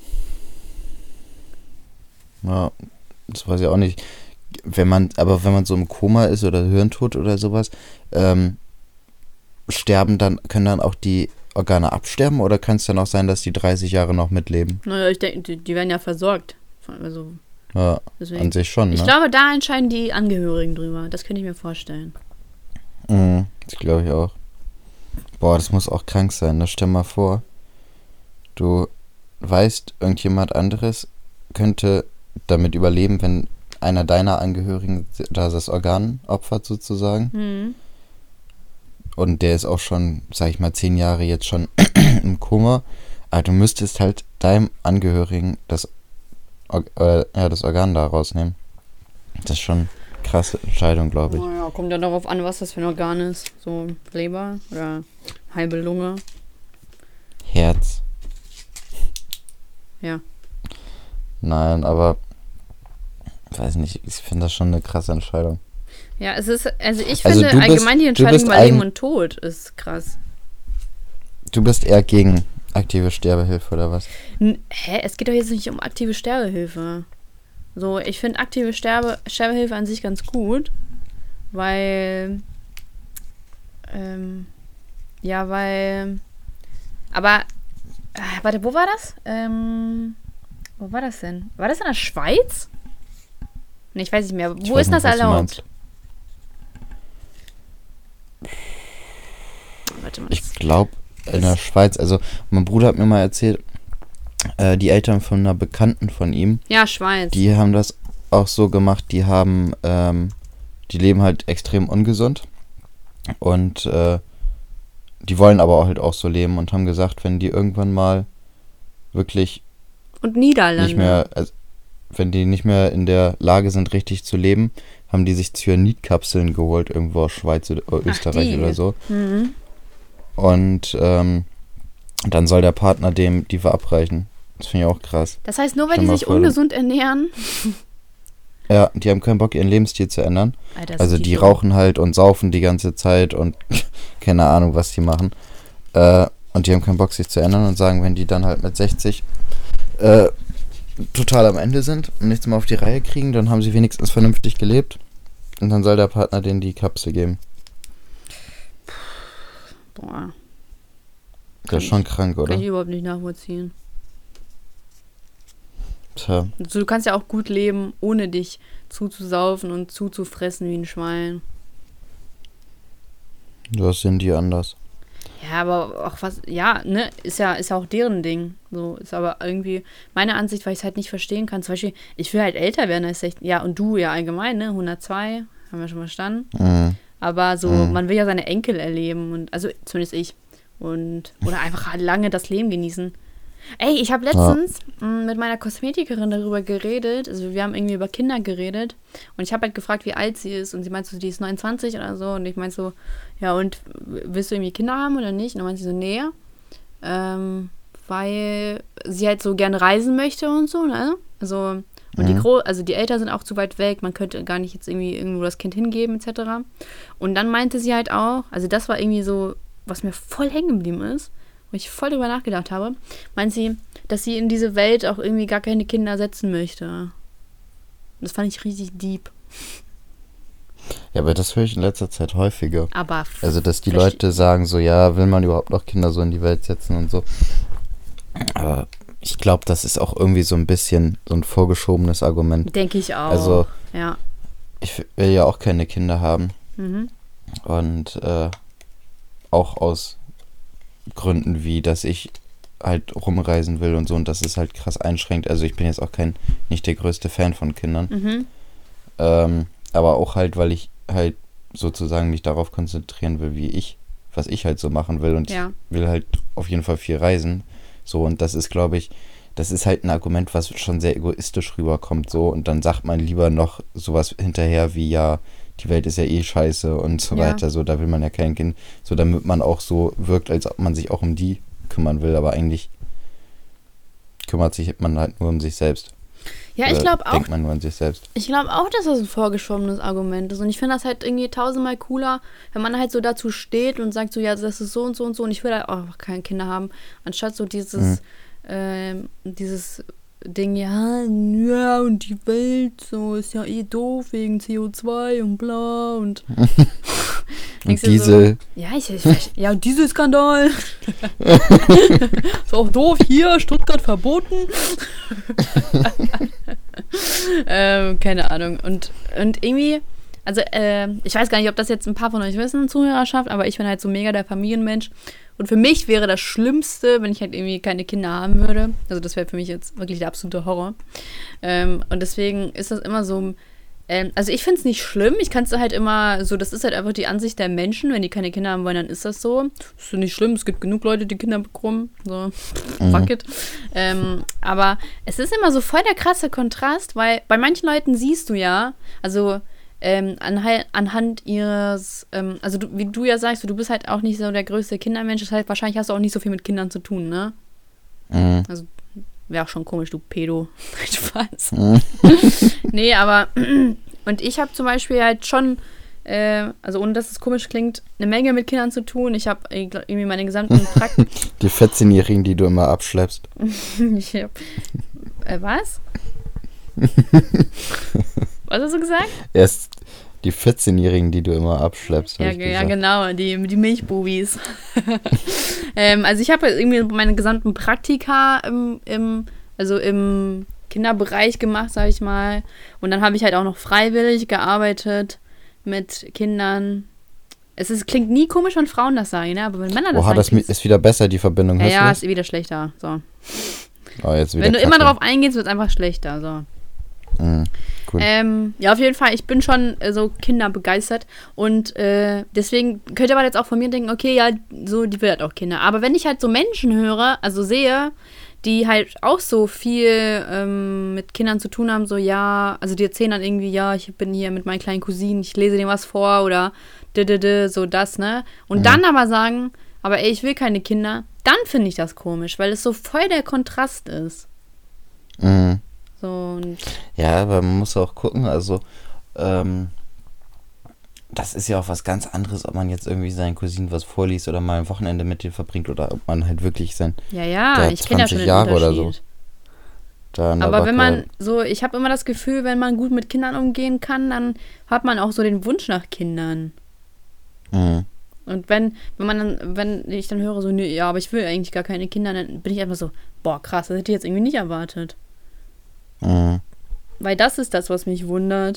Ja, das weiß ich auch nicht. Wenn man, aber wenn man so im Koma ist oder Hirntod oder sowas, ähm, sterben dann, können dann auch die Organe absterben oder kann es dann auch sein, dass die dreißig Jahre noch mitleben? Naja, ich denke, die, die werden ja versorgt. Also, Ja, deswegen. an sich schon, ne? Ich glaube, da entscheiden die Angehörigen drüber. Das könnte ich mir vorstellen. Mhm, das glaube ich auch. Boah, das muss auch krank sein, ne? Stell mal vor, du weißt, irgendjemand anderes könnte damit überleben, wenn einer deiner Angehörigen da das Organ opfert sozusagen. Hm. Und der ist auch schon, sag ich mal, zehn Jahre jetzt schon im Koma. Aber du müsstest halt deinem Angehörigen das, Or- äh, ja, das Organ da rausnehmen. Das ist schon eine krasse Entscheidung, glaube ich. Naja, kommt ja darauf an, was das für ein Organ ist. So Leber oder halbe Lunge. Herz. Ja. Nein, aber weiß nicht, ich finde das schon eine krasse Entscheidung. Ja, es ist, also ich Also finde du bist- allgemein die du Entscheidung bist über Leben ein- und Tod ist krass. Du bist eher gegen aktive Sterbehilfe oder was? N- Hä? Es geht doch jetzt nicht um aktive Sterbehilfe. So, ich finde aktive Sterbe Sterbehilfe an sich ganz gut, weil, ähm, ja, weil, aber, äh, warte, wo war das? Ähm, wo war das denn? War das in der Schweiz? Nee, ich weiß nicht mehr. Ich Wo weiß ist nicht, das was du erlaubt? meinst. Warte mal. Ich glaube in der Schweiz, also mein Bruder hat mir mal erzählt, äh, die Eltern von einer Bekannten von ihm, Ja, Schweiz. die haben das auch so gemacht, die haben, ähm, die leben halt extrem ungesund und äh, die wollen aber auch halt auch so leben und haben gesagt, wenn die irgendwann mal wirklich Und Niederlande. nicht mehr, also, wenn die nicht mehr in der Lage sind, richtig zu leben, haben die sich Cyanidkapseln geholt, irgendwo aus Schweiz oder Ach, Österreich die. oder so. Mhm. Und ähm, dann soll der Partner dem die verabreichen. Das finde ich auch krass. Das heißt, nur weil Stell die mal sich vor, ungesund ernähren. Ja, die haben keinen Bock, ihren Lebensstil zu ändern. Alter, Also sind die so- rauchen halt und saufen die ganze Zeit und keine Ahnung, was die machen. Äh, und die haben keinen Bock, sich zu ändern und sagen, wenn die dann halt mit sechzig äh, total am Ende sind und nichts mehr auf die Reihe kriegen, dann haben sie wenigstens vernünftig gelebt. Und dann soll der Partner denen die Kapsel geben. Boah, Das ist schon krank, kann oder? ich überhaupt nicht nachvollziehen. Tja, Also du kannst ja auch gut leben, ohne dich zuzusaufen und zuzufressen wie ein Schwein. das sind die anders. Ja, aber auch was, ja, ne, ist ja, ist ja auch deren Ding. So, ist aber irgendwie meine Ansicht, weil ich es halt nicht verstehen kann. Zum Beispiel, ich will halt älter werden als sechzehn. Ja, und du ja allgemein, ne, hundertzwei, haben wir schon verstanden. Mhm. Aber so, Mhm. man will ja seine Enkel erleben und, also zumindest ich. Und, oder einfach halt lange das Leben genießen. Ey, ich habe letztens m, mit meiner Kosmetikerin darüber geredet. Also wir haben irgendwie über Kinder geredet. Und ich habe halt gefragt, wie alt sie ist. Und sie meinte so, die ist neunundzwanzig oder so. Und ich meinte so, ja, und willst du irgendwie Kinder haben oder nicht? Und dann meinte sie so, nee. Ähm, weil sie halt so gerne reisen möchte und so, ne? Also, und die Mhm. Gro also die Eltern sind auch zu weit weg, man könnte gar nicht jetzt irgendwie irgendwo das Kind hingeben, et cetera. Und dann meinte sie halt auch, also das war irgendwie so, was mir voll hängen geblieben ist, wo ich voll drüber nachgedacht habe, meint sie, dass sie in diese Welt auch irgendwie gar keine Kinder setzen möchte. Das fand ich richtig deep. Ja, aber das höre ich in letzter Zeit häufiger. Aber f- Also, dass die verste- Leute sagen so, ja, will man überhaupt noch Kinder so in die Welt setzen und so. Aber ich glaube, das ist auch irgendwie so ein bisschen so ein vorgeschobenes Argument. denke ich auch. Also, ja. ich will ja auch keine Kinder haben. Mhm. Und äh, auch aus Gründen wie, dass ich halt rumreisen will und so und das ist halt krass einschränkt. Also ich bin jetzt auch kein, nicht der größte Fan von Kindern. Mhm. Ähm, aber auch halt, weil ich halt sozusagen mich darauf konzentrieren will, wie ich, was ich halt so machen will und Ja. ich will halt auf jeden Fall viel reisen. So und das ist, glaube ich, das ist halt ein Argument, was schon sehr egoistisch rüberkommt so und dann sagt man lieber noch sowas hinterher wie, ja, die Welt ist ja eh scheiße und so Ja. weiter, so, da will man ja kein Kind, so damit man auch so wirkt, als ob man sich auch um die kümmern will, aber eigentlich kümmert sich man halt nur um sich selbst. Ja, ich Oder glaube auch, denkt man nur an sich selbst. ich glaube auch, dass das ein vorgeschobenes Argument ist. Und ich finde das halt irgendwie tausendmal cooler, wenn man halt so dazu steht und sagt so, ja, das ist so und so und so und ich will halt auch einfach keine Kinder haben, anstatt so dieses, ähm, dieses Ding, ja, ja, und die Welt so ist ja eh doof wegen C O zwei und bla und Denkst Und du diese, so, ja, ich, ich, ja, und Dieselskandal. Ist auch doof, hier, Stuttgart verboten. ähm, keine Ahnung. Und, und irgendwie, also, äh, ich weiß gar nicht, ob das jetzt ein paar von euch wissen, Zuhörerschaft, aber ich bin halt so mega der Familienmensch. Und für mich wäre das Schlimmste, wenn ich halt irgendwie keine Kinder haben würde. Also das wäre für mich jetzt wirklich der absolute Horror. Ähm, und deswegen ist das immer so, ähm, also ich finde es nicht schlimm. Ich kann es halt immer so, das ist halt einfach die Ansicht der Menschen. Wenn die keine Kinder haben wollen, dann ist das so. Das ist nicht schlimm, es gibt genug Leute, die Kinder bekommen. So, Mhm. fuck it. Ähm, aber es ist immer so voll der krasse Kontrast, weil bei manchen Leuten siehst du ja, also ähm, anhand, anhand ihres, ähm, also du, wie du ja sagst, du bist halt auch nicht so der größte Kindermensch, das heißt, wahrscheinlich hast du auch nicht so viel mit Kindern zu tun, ne? Mhm. Also, wäre auch schon komisch, du Pedo. Spaß. Mhm. Nee, aber, und ich habe zum Beispiel halt schon, äh, also ohne dass es komisch klingt, eine Menge mit Kindern zu tun. Ich habe irgendwie meine gesamten Praktiken. Die vierzehn-Jährigen, die du immer abschleppst. ich hab, äh, was? Was hast du gesagt? Erst die vierzehn-Jährigen, die du immer abschleppst. Ja, ja genau, die, die Milchbubis. ähm, also ich habe irgendwie meine gesamten Praktika im, im, also im Kinderbereich gemacht, sage ich mal. Und dann habe ich halt auch noch freiwillig gearbeitet mit Kindern. Es ist, klingt nie komisch, wenn Frauen das sagen, ne? Aber wenn Männer das Oha, sagen... das ist wieder besser, die Verbindung. Ja, ja, ist wieder schlechter. So. Oh, jetzt wieder wenn du Kacke. immer drauf eingehst, wird es einfach schlechter. So. Mhm, cool. Ähm, ja, auf jeden Fall, ich bin schon äh, so kinderbegeistert und äh, deswegen könnt ihr aber jetzt auch von mir denken, okay, ja, so, die will halt auch Kinder. Aber wenn ich halt so Menschen höre, also sehe, die halt auch so viel ähm, mit Kindern zu tun haben, so, ja, also die erzählen dann irgendwie, ja, ich bin hier mit meinen kleinen Cousinen, ich lese denen was vor oder d -d -d, so das, ne? Und mhm. dann aber sagen, aber ey, ich will keine Kinder, dann finde ich das komisch, weil es so voll der Kontrast ist. Mhm. So, und ja, aber man muss auch gucken, also ähm, das ist ja auch was ganz anderes, ob man jetzt irgendwie seinen Cousinen was vorliest oder mal ein Wochenende mit denen verbringt oder ob man halt wirklich sein ja, ja, ich kenne ja schon den Jahre Unterschied. oder so. Da aber wenn man so, ich habe immer das Gefühl, wenn man gut mit Kindern umgehen kann, dann hat man auch so den Wunsch nach Kindern. Mhm. Und wenn, wenn man dann, wenn ich dann höre, so, nee, ja, aber ich will eigentlich gar keine Kinder, dann bin ich einfach so, boah, krass, das hätte ich jetzt irgendwie nicht erwartet. Mhm. Weil das ist das, was mich wundert.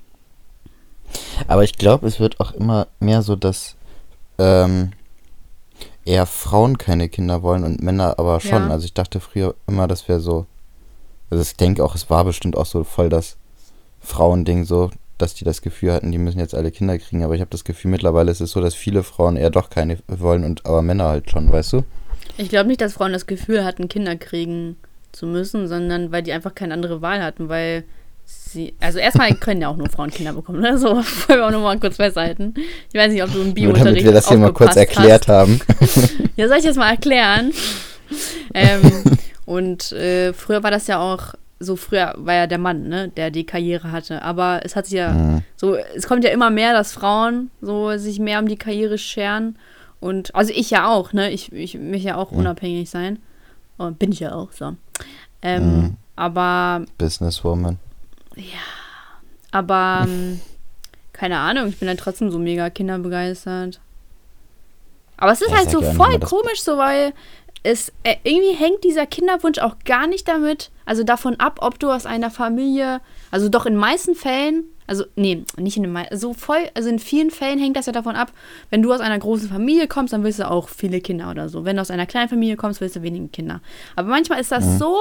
Aber ich glaube, es wird auch immer mehr so, dass ähm, eher Frauen keine Kinder wollen und Männer aber schon. Ja. Also ich dachte früher immer, das wäre so, also ich denke auch, es war bestimmt auch so voll das Frauending so, dass die das Gefühl hatten, die müssen jetzt alle Kinder kriegen. Aber ich habe das Gefühl, mittlerweile ist es so, dass viele Frauen eher doch keine wollen und aber Männer halt schon, weißt du? Ich glaube nicht, dass Frauen das Gefühl hatten, Kinder kriegen zu müssen, sondern weil die einfach keine andere Wahl hatten, weil sie, also erstmal können ja auch nur Frauen Kinder bekommen, ne? So, wollen wir auch nochmal kurz festhalten. Ich weiß nicht, ob du im Bio-Unterricht Nur damit wir das hier mal kurz erklärt hast. haben. Ja, soll ich das mal erklären? ähm, und äh, früher war das ja auch, so früher war ja der Mann, ne, der die Karriere hatte, aber es hat sich ja, mhm. so, es kommt ja immer mehr, dass Frauen so sich mehr um die Karriere scheren und, also ich ja auch, ne, ich, ich möchte ja auch mhm. unabhängig sein. Oh, bin ich ja auch, so. Ähm, mhm. Aber... Businesswoman. Ja, aber ähm, keine Ahnung, ich bin dann trotzdem so mega kinderbegeistert. Aber es ist ja, halt so voll komisch, so, weil es äh, irgendwie hängt dieser Kinderwunsch auch gar nicht damit, also davon ab, ob du aus einer Familie, also doch in meisten Fällen, also nee, nicht in den meisten, so voll, also in vielen Fällen hängt das ja davon ab, wenn du aus einer großen Familie kommst, dann willst du auch viele Kinder oder so. Wenn du aus einer kleinen Familie kommst, willst du wenige Kinder. Aber manchmal ist das mhm. so,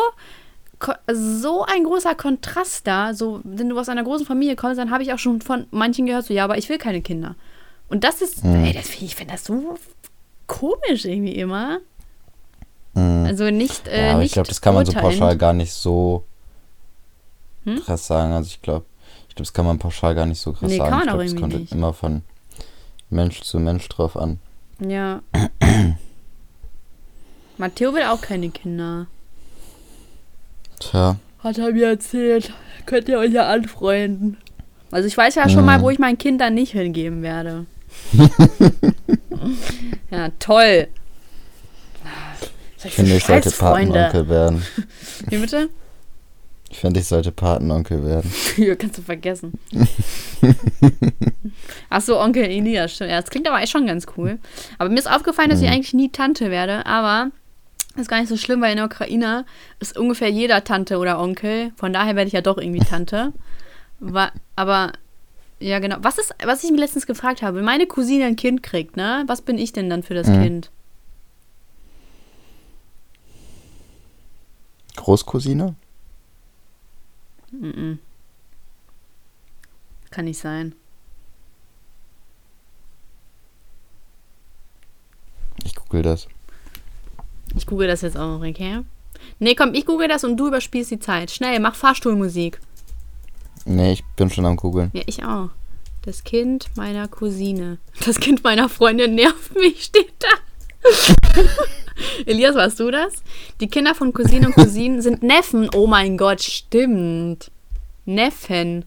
so ein großer Kontrast da, so, wenn du aus einer großen Familie kommst, dann habe ich auch schon von manchen gehört, so, ja, aber ich will keine Kinder. Und das ist, mhm. ey, das, ich finde das so komisch irgendwie immer. Mhm. Also nicht, äh, ja, aber nicht ich glaube, das kann man so urteilend. pauschal gar nicht so hm? krass sagen. Also ich glaube, ich glaube, das kann man pauschal gar nicht so krass nee, sagen. Kann man ich glaube, auch es kommt nicht. immer von Mensch zu Mensch drauf an. Ja. Matteo will auch keine Kinder. Tja. Hat er mir erzählt. Könnt ihr euch ja anfreunden. Also ich weiß ja schon mhm. mal, wo ich mein Kind dann nicht hingeben werde. Ja, toll. Ich finde, ich sollte Patenonkel werden. Wie bitte? Ich finde, ich sollte Patenonkel werden. Ja, kannst du vergessen. Achso, Onkel Elias, stimmt. Ja, das klingt aber echt schon ganz cool. Aber mir ist aufgefallen, dass mhm. ich eigentlich nie Tante werde, aber das ist gar nicht so schlimm, weil in der Ukraine ist ungefähr jeder Tante oder Onkel. Von daher werde ich ja doch irgendwie Tante. War, aber, ja genau. Was ist, was ich mir letztens gefragt habe, wenn meine Cousine ein Kind kriegt, ne? Was bin ich denn dann für das mhm. Kind? Großcousine? Mm-mm. Kann nicht sein. Ich google das. Ich google das jetzt auch, okay? Nee, komm, ich google das und du überspielst die Zeit. Schnell, mach Fahrstuhlmusik. Nee, ich bin schon am googeln. Ja, ich auch. Das Kind meiner Cousine. Das Kind meiner Freundin nervt mich, steht da. Elias, warst du das? Die Kinder von Cousinen und Cousinen sind Neffen. Oh mein Gott, stimmt. Neffen.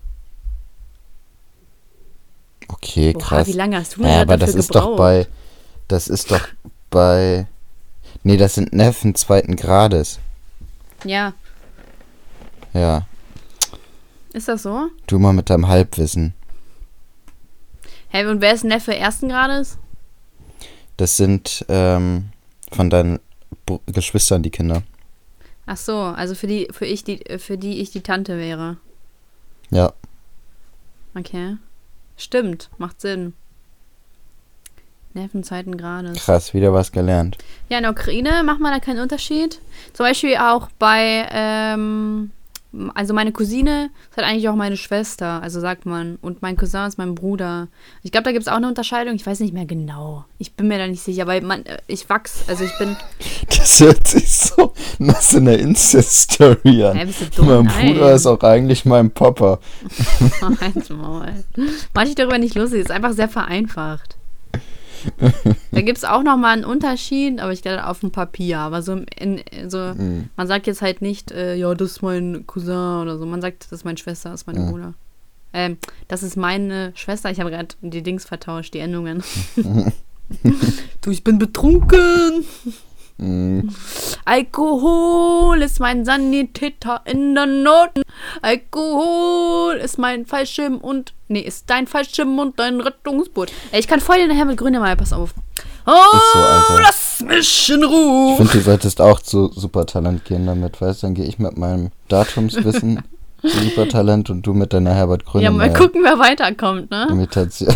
Okay, Boah, krass. wie lange hast du denn Ja, aber dafür das ist gebraucht? doch bei, das ist doch bei, nee, das sind Neffen zweiten Grades. Ja, Ja, ist das so? du mal mit deinem Halbwissen. Hey, und wer ist Neffe ersten Grades? Das sind ähm, von deinen Br- Geschwistern die Kinder. Ach so, also für die, für ich die, für die ich die Tante wäre. Ja, Okay. Stimmt, macht Sinn. Neffen zweiten Grades. krass, wieder was gelernt. Ja, in der Ukraine macht man da keinen Unterschied. Zum Beispiel auch bei, ähm, also meine Cousine ist halt eigentlich auch meine Schwester, also sagt man. Und mein Cousin ist mein Bruder. Ich glaube, da gibt es auch eine Unterscheidung. Ich weiß nicht mehr genau. Ich bin mir da nicht sicher, weil man, ich wachs, also ich bin... Das hört sich so nach so einer Insta-Story an. Hä, bist du dumm? Mein Nein. Bruder ist auch eigentlich mein Papa. Halt Maul. Mach dich darüber nicht lustig, ist einfach sehr vereinfacht. Da gibt es auch nochmal einen Unterschied, aber ich glaube auf dem Papier. Aber so, in, so Mhm. man sagt jetzt halt nicht, äh, ja, das ist mein Cousin oder so. Man sagt, das ist meine Schwester, das ist mein Mhm. Bruder. Ähm, das ist meine Schwester. Ich habe gerade die Dings vertauscht, die Endungen. Du, ich bin betrunken. Mhm. Alkohol ist mein Sanitäter in der Not. Alkohol ist mein Fallschirm und... Nee, ist dein Fallschirm und dein Rettungsboot. Ey, ich kann voll nachher mit Grünemeyer, pass auf. Oh, Ist so, Alter. lass mich in Ich Ruhe. finde, du solltest auch zu Supertalent gehen damit, weißt du? Dann gehe ich mit meinem Datumswissen zu Supertalent und du mit deiner Herbert Ja, mal Grönemeyer gucken, wer weiterkommt, ne? Imitation.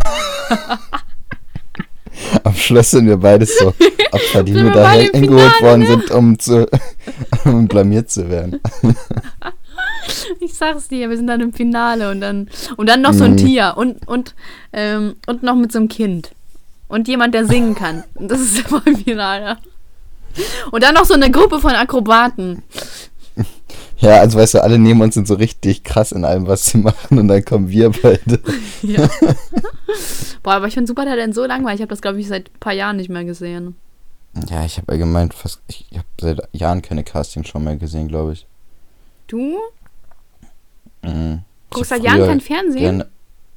Am Schluss sind wir beides so Opfer, die Sind nur wir beide daher im hingeholt Finale, worden ne? sind, um zu um blamiert zu werden. Ich sag's dir, wir sind dann im Finale und dann und dann noch so ein Mhm. Tier und und ähm, und noch mit so einem Kind und jemand, der singen kann. Und das ist immer im Finale. Und dann noch so eine Gruppe von Akrobaten. Ja, also weißt du, alle neben uns sind so richtig krass in allem, was sie machen und dann kommen wir beide. Ja. Boah, aber ich finde Supertalent so langweilig. Ich habe das, glaube ich, seit ein paar Jahren nicht mehr gesehen. Ja, ich habe allgemein fast, ich habe seit Jahren keine Castingshow mehr gesehen, glaube ich. Du? Mhm. Guckst Ich hab seit Jahren früher kein Fernsehen? gerne-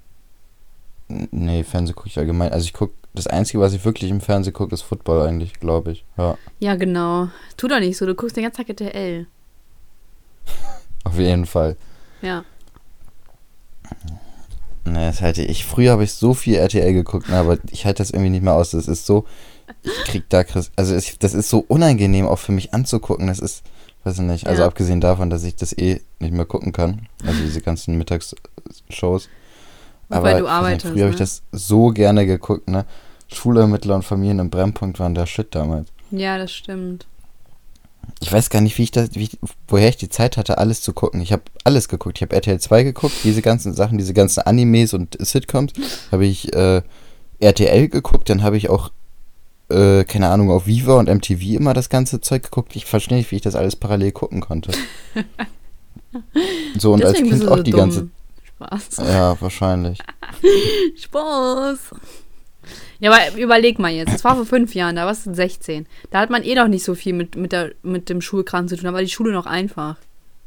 Nee, Fernsehen gucke ich allgemein. Also ich gucke, das Einzige, was ich wirklich im Fernsehen gucke, ist Football eigentlich, glaube ich. Ja, Ja, genau. Tu doch nicht so. Du guckst den ganzen Tag R T L. auf jeden Fall. Ja. Ne, das halte ich. Früher habe ich so viel R T L geguckt, ne, aber ich halte das irgendwie nicht mehr aus. Das ist so, ich krieg da, Chris- also es, das ist so unangenehm auch für mich anzugucken. Das ist, weiß ich nicht, also Ja. abgesehen davon, dass ich das eh nicht mehr gucken kann. Also diese ganzen Mittagsshows. Und Aber weil du ich weiß nicht, arbeitest, früher habe ich ne? das so gerne geguckt, ne. Schule, Mittler und Familien im Brennpunkt waren der Shit damals. Ja, das stimmt. Ich weiß gar nicht, wie ich das, wie ich, woher ich die Zeit hatte, alles zu gucken. Ich habe alles geguckt. Ich habe R T L zwei geguckt, diese ganzen Sachen, diese ganzen Animes und Sitcoms. Habe ich äh, R T L geguckt, dann habe ich auch, äh, keine Ahnung, auf Viva und M T V immer das ganze Zeug geguckt. Ich verstehe nicht, wie ich das alles parallel gucken konnte. So, und Deswegen als bist Kind du auch so die dumm. ganze. Spaß. Ja, wahrscheinlich. Spaß. Ja, aber überleg mal jetzt. Das war vor fünf Jahren, da warst du sechzehn. Da hat man eh noch nicht so viel mit, mit, der, mit dem Schulkram zu tun. Da war die Schule noch einfach.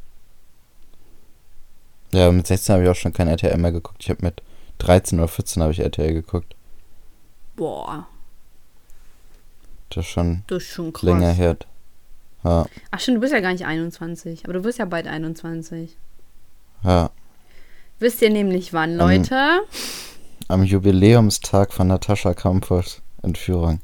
Ja, mit sechzehn habe ich auch schon kein R T L mehr geguckt. Ich habe mit dreizehn oder vierzehn habe ich R T L geguckt. Boah, Das ist schon das ist schon krass. länger her. Ja, Ach stimmt, du bist ja gar nicht einundzwanzig. Aber du bist ja bald einundzwanzig. ja. Wisst ihr nämlich wann, Ähm, Leute? Am Jubiläumstag von Natascha Kampusch Entführung.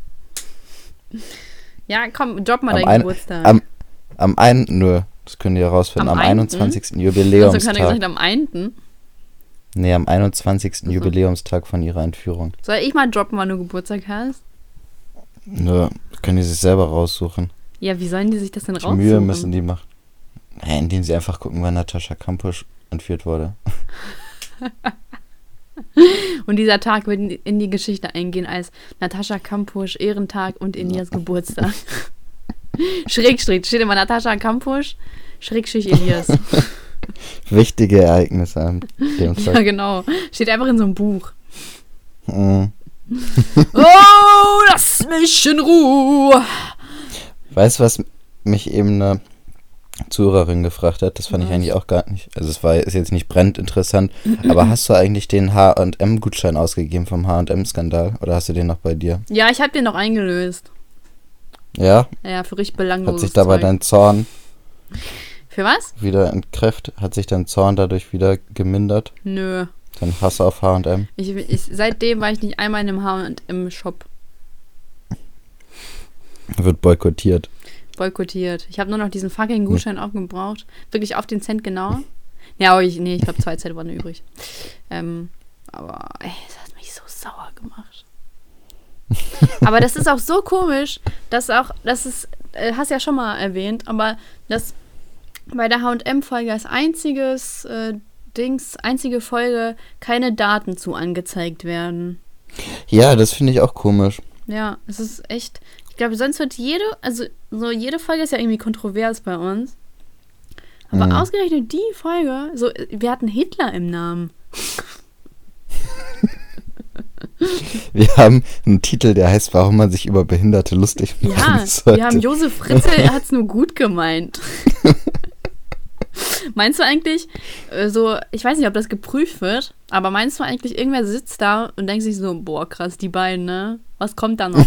Ja, komm, drop mal Am deinen ein- Geburtstag. Am, am einen, nur, das könnt ihr herausfinden, Am am, einen? einundzwanzigsten Also kann er Jubiläumstag. gesagt am einen. Nee, am einundzwanzigsten Ach so. Jubiläumstag von ihrer Entführung. Soll ich mal droppen, wann du Geburtstag hast? Nur, können die sich selber raussuchen. Ja, wie sollen die sich das denn Die raussuchen? Mühe müssen die machen. Ja, indem sie einfach gucken, wann Natascha Kampusch entführt wurde. Und dieser Tag wird in die- in die Geschichte eingehen als Natascha Kampusch Ehrentag und Elias Geburtstag. Schrägstrich, steht immer Natascha Kampusch, Schrägstrich Elias. Wichtige Ereignisse an dem Tag. Ja, genau. Steht einfach in so einem Buch. Mhm. Oh, lass mich in Ruhe. Weißt du, was mich eben eine Zuhörerin gefragt hat? Das fand ich Was? eigentlich auch gar nicht. Also es war ist jetzt nicht brennend interessant, aber hast du eigentlich den H und M-Gutschein ausgegeben vom H und M-Skandal? Oder hast du den noch bei dir? Ja, ich habe den noch eingelöst. Ja? Ja, für richtig belangloses Hat sich dabei Zeug. dein Zorn Für was? wieder entkräftet? Hat sich dein Zorn dadurch wieder gemindert? Nö. Dein Hass auf H und M? Ich, ich, seitdem war ich nicht einmal in einem H und M-Shop. Wird boykottiert. Boykottiert. Ich habe nur noch diesen fucking Gutschein aufgebraucht. Wirklich auf den Cent genau. Ja, aber ich, nee, ich glaube zwei Cent waren übrig. Ähm, aber ey, das hat mich so sauer gemacht. Aber das ist auch so komisch, dass auch, das ist, äh, hast ja schon mal erwähnt, aber dass bei der H und M-Folge als einziges äh, Dings, einzige Folge keine Daten zu angezeigt werden. Ja, das finde ich auch komisch. Ja, es ist echt. Ich glaube, sonst wird jede, also so jede Folge ist ja irgendwie kontrovers bei uns. Aber Mhm. ausgerechnet die Folge, so, wir hatten Hitler im Namen. Wir haben einen Titel, der heißt, warum man sich über Behinderte lustig machen Ja, sollte. wir haben Josef Fritzl, er hat es nur gut gemeint. Meinst du eigentlich, äh, so, ich weiß nicht, ob das geprüft wird, aber meinst du eigentlich, irgendwer sitzt da und denkt sich so, boah, krass, die beiden, ne? Was kommt da noch?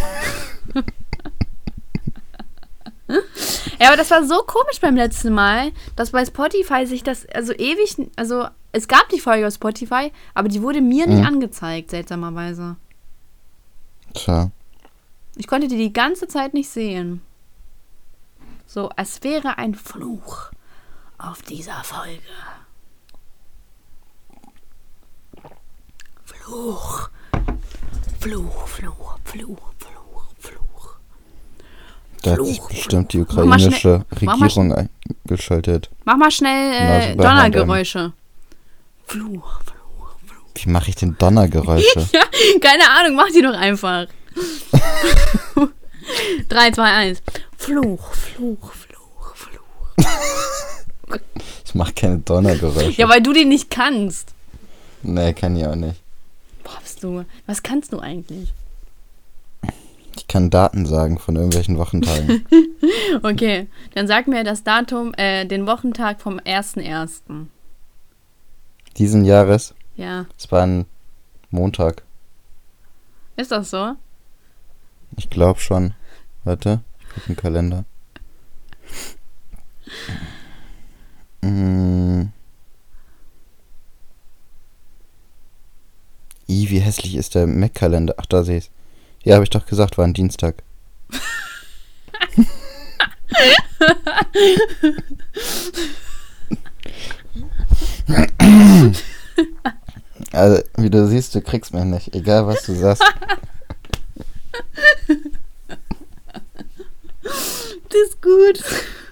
Ja, aber das war so komisch beim letzten Mal, dass bei Spotify sich das, also ewig, also es gab die Folge auf Spotify, aber die wurde mir nicht Mhm. angezeigt, seltsamerweise. Tja. Ich konnte die die ganze Zeit nicht sehen. So, als wäre ein Fluch auf dieser Folge. Fluch. Fluch, Fluch, Fluch, Fluch, Fluch. Da hat sich Fluch, bestimmt die Fluch. Mach mal ukrainische Mach mal Regierung eingeschaltet. Mach mal schnell äh, Genauso bei H und M. Donnergeräusche. Fluch, Fluch, Fluch. Wie mache ich denn Donnergeräusche? Ja, keine Ahnung, mach die doch einfach. drei, zwei, eins. Fluch, Fluch, Fluch, Fluch. Ich mache keine Donnergeräusche. Ja, weil du die nicht kannst. Nee, kann ich auch nicht. Boah, bist du. Was kannst du eigentlich? Ich kann Daten sagen von irgendwelchen Wochentagen. Okay, dann sag mir das Datum, äh, den Wochentag vom ersten ersten Diesen Jahres, Ja, es war ein Montag. ist das so? Ich glaube schon. Warte, ich gucke im Kalender. Mm. I, wie hässlich ist der Mac-Kalender? Ach, da sehe ich's. Ja, habe ich doch gesagt, war ein Dienstag. Also, wie du siehst, du kriegst mich nicht, egal was du sagst. Das ist gut.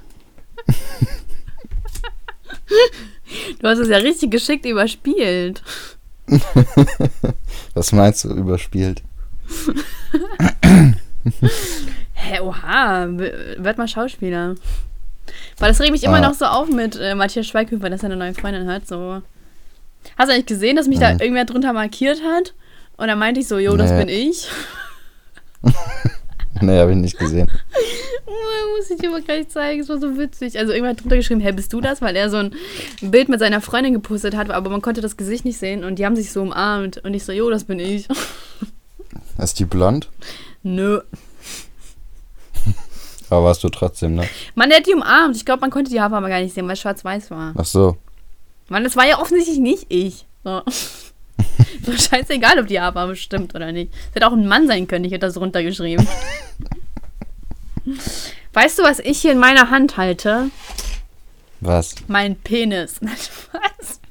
Du hast es ja richtig geschickt überspielt. Was meinst du, überspielt? Hä, oha, w- werd mal Schauspieler. Weil das regt mich immer Ah. noch so auf mit äh, Matthias Schweighöfer, dass er eine neue Freundin hat. So. Hast du eigentlich gesehen, dass mich da Mhm. irgendwer drunter markiert hat? Und dann meinte ich so, jo, das Nee. bin ich. Nee, habe ich nicht gesehen. Oh, muss ich dir mal gleich zeigen, es war so witzig. Also irgendwer hat drunter geschrieben, hey, bist du das? Weil er so ein Bild mit seiner Freundin gepostet hat, aber man konnte das Gesicht nicht sehen und die haben sich so umarmt. Und ich so, jo, das bin ich. Ist die blond? Nö. Aber warst du trotzdem, ne? Mann, der hat die umarmt. Ich glaube, man konnte die Haarfarbe gar nicht sehen, weil es schwarz-weiß war. Ach so. Mann, das war ja offensichtlich nicht ich. So. So scheißegal, ob die Haarfarbe stimmt oder nicht. Es hätte auch ein Mann sein können, ich hätte das runtergeschrieben. Weißt du, was ich hier in meiner Hand halte? Was? Mein Penis. Was?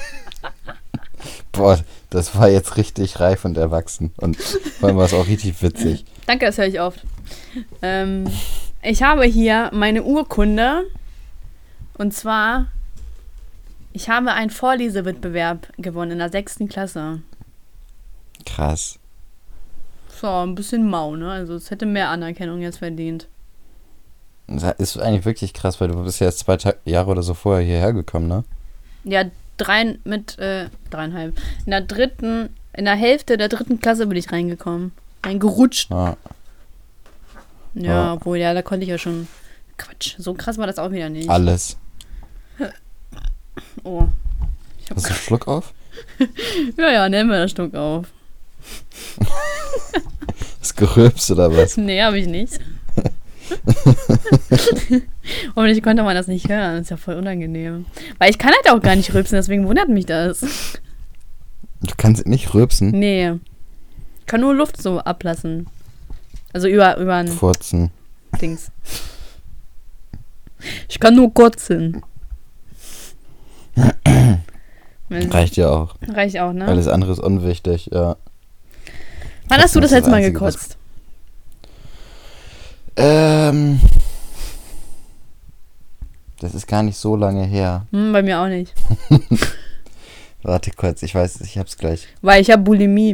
Boah, das war jetzt richtig reif und erwachsen. Und vor allem war es auch richtig witzig. Danke, das höre ich oft. Ähm, ich habe hier meine Urkunde. Und zwar, ich habe einen Vorlesewettbewerb gewonnen in der sechsten Klasse. Krass. So, ein bisschen mau, ne? Also es hätte mehr Anerkennung jetzt verdient. Das ist eigentlich wirklich krass, weil du bist ja erst zwei Ta- Jahre oder so vorher hierher gekommen, ne? Ja, drei mit, äh, dreieinhalb. In der dritten, in der Hälfte der dritten Klasse bin ich reingekommen. Reingerutscht. Ja. Ja, Ja. obwohl, ja, da konnte ich ja schon. Quatsch, so krass war das auch wieder nicht. Alles. Oh. Ich hab Hast du einen Schluck auf? ja, ja, nehmen wir das Stück auf. Ist gerülpst oder was? Nee, habe ich nicht. Hoffentlich konnte man das nicht hören. Das ist ja voll unangenehm. Weil ich kann halt auch gar nicht rülpsen, deswegen wundert mich das. Du kannst nicht rülpsen? Nee. Ich kann nur Luft so ablassen. Also über, über ein Furzen. Dings. Ich kann nur kotzen. Reicht ja auch. Reicht auch, ne? Alles andere ist unwichtig, ja. Wann hast du das Das ist letzte das Mal Einzige, was- gekotzt? Ähm. Das ist gar nicht so lange her. Hm, bei mir auch nicht. Warte kurz, ich weiß, ich hab's gleich. Weil ich habe Bulimie.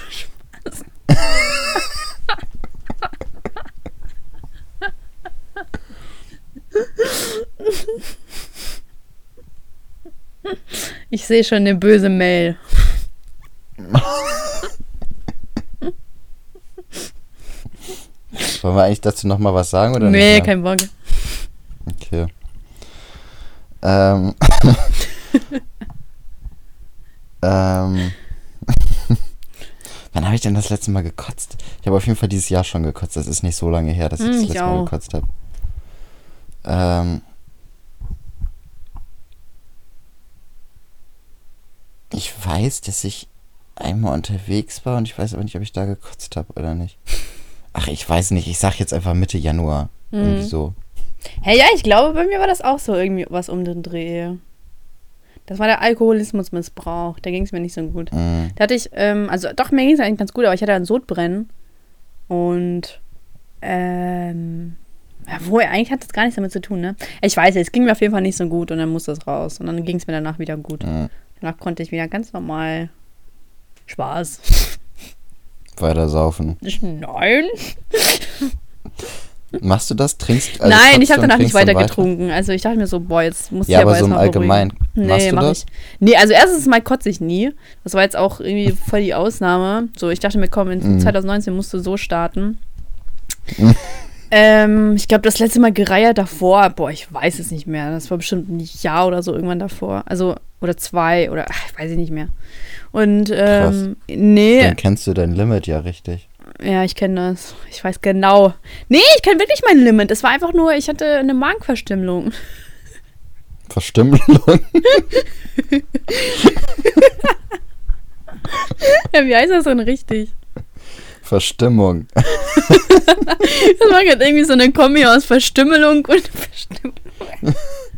Ich sehe schon eine böse Mail. Wollen wir eigentlich dazu nochmal was sagen oder Nee, nicht? kein Bock. Okay. Ähm. ähm. Wann habe ich denn das letzte Mal gekotzt? Ich habe auf jeden Fall dieses Jahr schon gekotzt. Das ist nicht so lange her, dass ich Hm, das ich letzte Mal auch. gekotzt habe. Ähm. Ich weiß, dass ich einmal unterwegs war und ich weiß aber nicht, ob ich da gekotzt habe oder nicht. Ach, ich weiß nicht. Ich sag jetzt einfach Mitte Januar. Mhm. Irgendwie so. Hey, ja, ich glaube, bei mir war das auch so irgendwie was um den Dreh. Das war der Alkoholismusmissbrauch. Da ging es mir nicht so gut. Mhm. Da hatte ich, ähm, also doch, mir ging es eigentlich ganz gut, aber ich hatte ein Sodbrennen. Und, ähm, ja, wo, eigentlich hat das gar nichts damit zu tun, ne? Ich weiß, es ging mir auf jeden Fall nicht so gut und dann musste es raus. Und dann ging es mir danach wieder gut. Mhm. Danach konnte ich wieder ganz normal Spaß. Weiter saufen. Nein. Machst du das? Trinkst also Nein, ich kotzt habe du und danach nicht trinkst dann weiter weiter? getrunken. Also ich dachte mir so, boah, jetzt muss ich Ja, aber aber so jetzt im mal beruhigen. Allgemeinen. Nee, Machst du mach das? ich. Nee, also erstens mal kotze ich nie. Das war jetzt auch irgendwie voll die Ausnahme. So, ich dachte mir, komm, in Mhm. zwanzig neunzehn musst du so starten. Mhm. ähm, ich glaube, das letzte Mal gereiert davor, boah, ich weiß es nicht mehr. Das war bestimmt ein Jahr oder so irgendwann davor. Also, oder zwei oder, ach, weiß ich nicht mehr. Und, ähm, nee. Dann kennst du dein Limit ja richtig. Ja, ich kenne das. Ich weiß genau. Nee, ich kenne wirklich mein Limit. Es war einfach nur, ich hatte eine Magenverstümmelung. Verstümmelung? Ja, wie heißt das denn richtig? Verstimmung. Das war gerade irgendwie so eine Kombi aus Verstümmelung und Verstümmelung.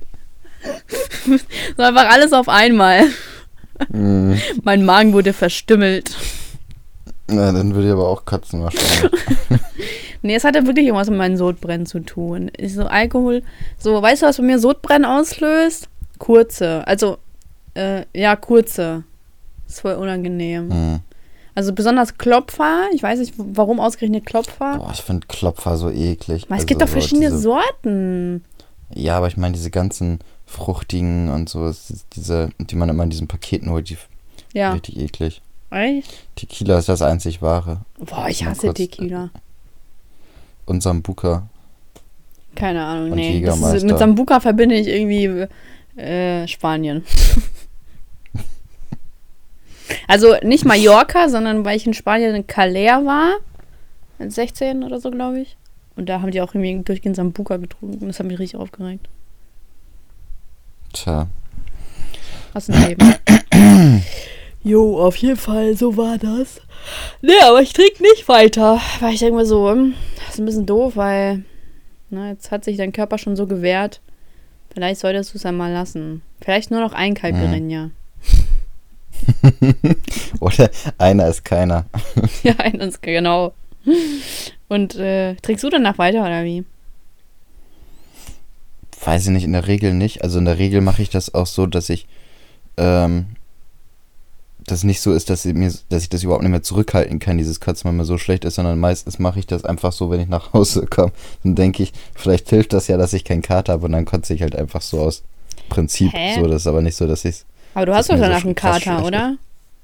So einfach alles auf einmal. Mhm. Mein Magen wurde verstümmelt. Na, dann würde ich aber auch kotzen wahrscheinlich. Nee, es hatte wirklich irgendwas mit meinem Sodbrennen zu tun. Ich so Alkohol, so, weißt du, was bei mir Sodbrennen auslöst? Kurze. Also, äh, ja, kurze. Ist voll unangenehm. Mhm. Also besonders Klopfer. Ich weiß nicht, warum ausgerechnet Klopfer. Boah, ich finde Klopfer so eklig. Aber es Also gibt doch so verschiedene diese, Sorten. Ja, aber ich meine diese ganzen fruchtigen und so, es ist diese, die man immer in diesen Paketen holt, die Ja. richtig eklig. Echt? Tequila ist das einzig wahre. Boah, ich Mal hasse kurz, Tequila. Und Sambuca. Keine Ahnung, Und nee. Das ist, Jägermeister. mit Sambuca verbinde ich irgendwie äh, Spanien. Also nicht Mallorca, sondern weil ich in Spanien in Calais war. Mit sechzehn oder so, glaube ich. Und da haben die auch irgendwie durchgehend Sambuca getrunken. Das hat mich richtig aufgeregt. Tja. Aus dem Leben. Jo, auf jeden Fall, so war das. Nee, aber ich trinke nicht weiter. Weil ich denke mir so, hm, das ist ein bisschen doof, weil na, jetzt hat sich dein Körper schon so gewehrt. Vielleicht solltest du es einmal lassen. Vielleicht nur noch ein Caipirinha. Oder einer ist keiner. Ja, eines, genau. Und äh, trinkst du danach weiter, oder wie? Weiß ich nicht, in der Regel nicht. Also in der Regel mache ich das auch so, dass ich ähm, das nicht so ist, dass ich, mir, dass ich das überhaupt nicht mehr zurückhalten kann, dieses Kotzen, wenn mir so schlecht ist, sondern meistens mache ich das einfach so, wenn ich nach Hause komme. Dann denke ich, vielleicht hilft das ja, dass ich keinen Kater habe und dann kotze ich halt einfach so aus Prinzip. Hä? So, das ist aber nicht so, dass ich Aber du hast dass doch mir so danach sch- einen krass Kater, schlecht oder?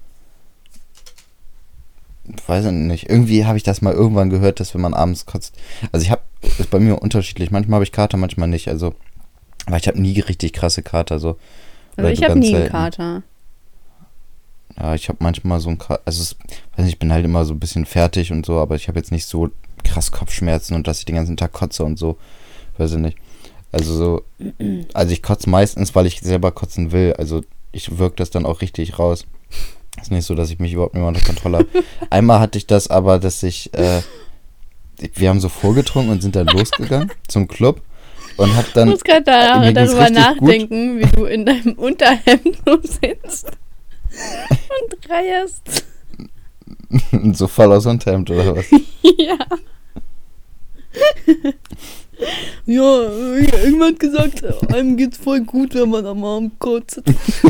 weiß ich nicht. Irgendwie habe ich das mal irgendwann gehört, dass wenn man abends kotzt. Also ich habe, ist bei mir unterschiedlich. Manchmal habe ich Kater, manchmal nicht. Also, aber ich habe nie richtig krasse Kater. So. Also Oder ich nur habe ganz nie einen selten. Kater. Ja, ich habe manchmal so ein Kater. Also, es, weiß nicht, ich bin halt immer so ein bisschen fertig und so, aber ich habe jetzt nicht so krass Kopfschmerzen und dass ich den ganzen Tag kotze und so. Weiß ich nicht. Also so, also ich kotze meistens, weil ich selber kotzen will. Also ich wirke das dann auch richtig raus. Ist nicht so, dass ich mich überhaupt nicht mehr unter Kontrolle habe. Einmal hatte ich das aber, dass ich, äh, wir haben so vorgetrunken und sind dann losgegangen zum Club und hab dann. Ich muss gerade da, mir ging's darüber richtig gut. nachdenken, wie du in deinem Unterhemd so sitzt und reierst. So voll aus Unterhemd oder was? Ja. Ja, irgendwann hat gesagt, einem geht's voll gut, wenn man am Arm kotzt.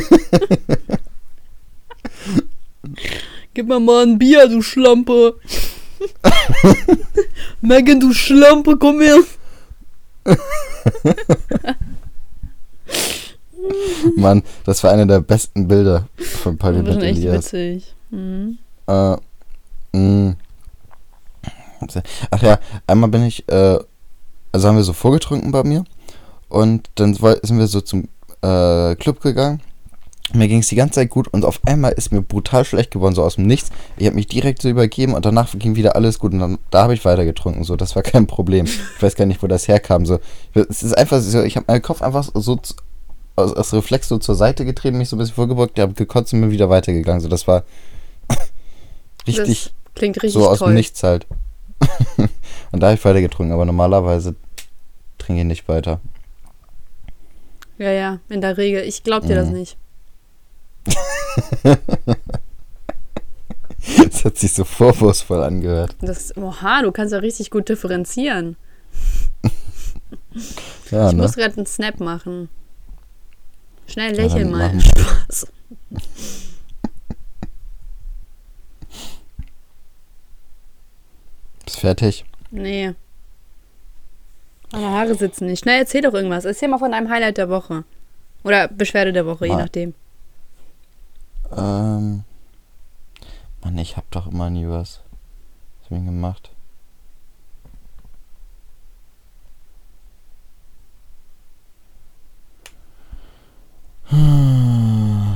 Gib mir mal ein Bier, du Schlampe. Megan, du Schlampe, komm her. Mann, das war eine der besten Bilder von Pauli Das war mit schon echt Elias. witzig. Mhm. Äh, mh. Ach ja, einmal bin ich, äh, also haben wir so vorgetrunken bei mir und dann woll- sind wir so zum äh, Club gegangen. Mir ging es die ganze Zeit gut und auf einmal ist mir brutal schlecht geworden, so aus dem Nichts. Ich habe mich direkt so übergeben und danach ging wieder alles gut und dann, da habe ich weiter getrunken, so, das war kein Problem. Ich weiß gar nicht, wo das herkam, so. Es ist einfach so, ich habe meinen Kopf einfach so zu, aus, aus Reflex so zur Seite getreten, mich so ein bisschen vorgebeugt, habe gekotzt und bin wieder weitergegangen, so, das war richtig Das klingt richtig so aus toll. dem Nichts halt. Und da habe ich weiter getrunken, aber normalerweise trinke ich nicht weiter. Ja, ja, in der Regel. Ich glaub dir das Mhm. nicht. Das hat sich so vorwurfsvoll angehört. Das, oha, du kannst ja richtig gut differenzieren. Ja, Ich ne? muss gerade einen Snap machen. Schnell Ja, lächeln dann mal. machen Spaß. Bist fertig? Nee. Meine Haare sitzen nicht. Schnell, erzähl doch irgendwas. Erzähl mal von deinem Highlight der Woche. Oder Beschwerde der Woche, je Mal. nachdem. Ähm. Mann, ich hab doch immer nie was. Was hab ich denn gemacht? Hm.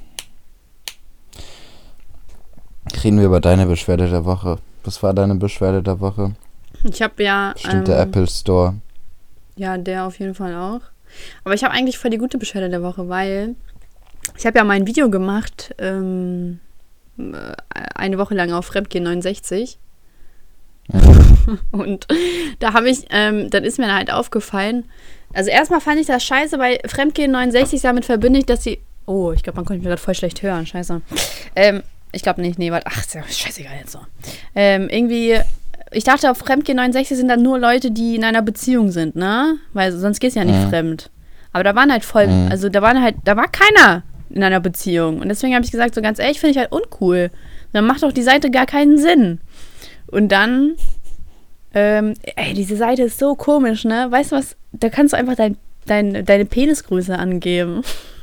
Reden wir über deine Beschwerde der Woche. Was war deine Beschwerde der Woche? Ich habe ja... Stimmt, der Apple Store. Ja, der auf jeden Fall auch. Aber ich habe eigentlich voll die gute Beschwerde der Woche, weil ich habe ja mein Video gemacht, ähm, äh, eine Woche lang auf Fremdgehen neunundsechzig. Und da habe ich, ähm, dann ist mir halt aufgefallen, also erstmal fand ich das scheiße, weil Fremdgehen neunundsechzig, damit verbinde ich, dass sie, oh, ich glaube, man konnte mich gerade voll schlecht hören, scheiße. Ähm, ich glaube nicht, nee, warte, ach, ist ja scheißegal jetzt so. Ähm, irgendwie, ich dachte, auf Fremdgehen neunundsechzig sind dann nur Leute, die in einer Beziehung sind, ne? Weil sonst geht's ja nicht Mhm. fremd. Aber da waren halt voll, Mhm. also da waren halt, da war keiner in einer Beziehung. Und deswegen habe ich gesagt, so ganz ehrlich, finde ich halt uncool. Dann macht doch die Seite gar keinen Sinn. Und dann, ähm, ey, diese Seite ist so komisch, ne? Weißt du was? Da kannst du einfach dein, dein, deine Penisgröße angeben.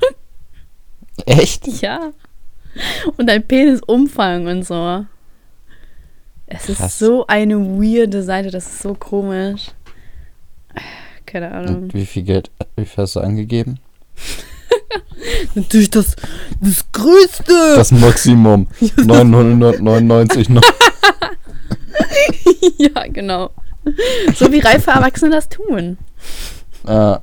Echt? Ja. Und dein Penisumfang und so. Es ist Krass. so eine weirde Seite, das ist so komisch. Keine Ahnung. Und wie viel Geld, wie viel hast du angegeben? Natürlich das, das Größte. Das Maximum. neunhundertneunundneunzig. Ja, genau. So wie reife Erwachsene das tun. Ah.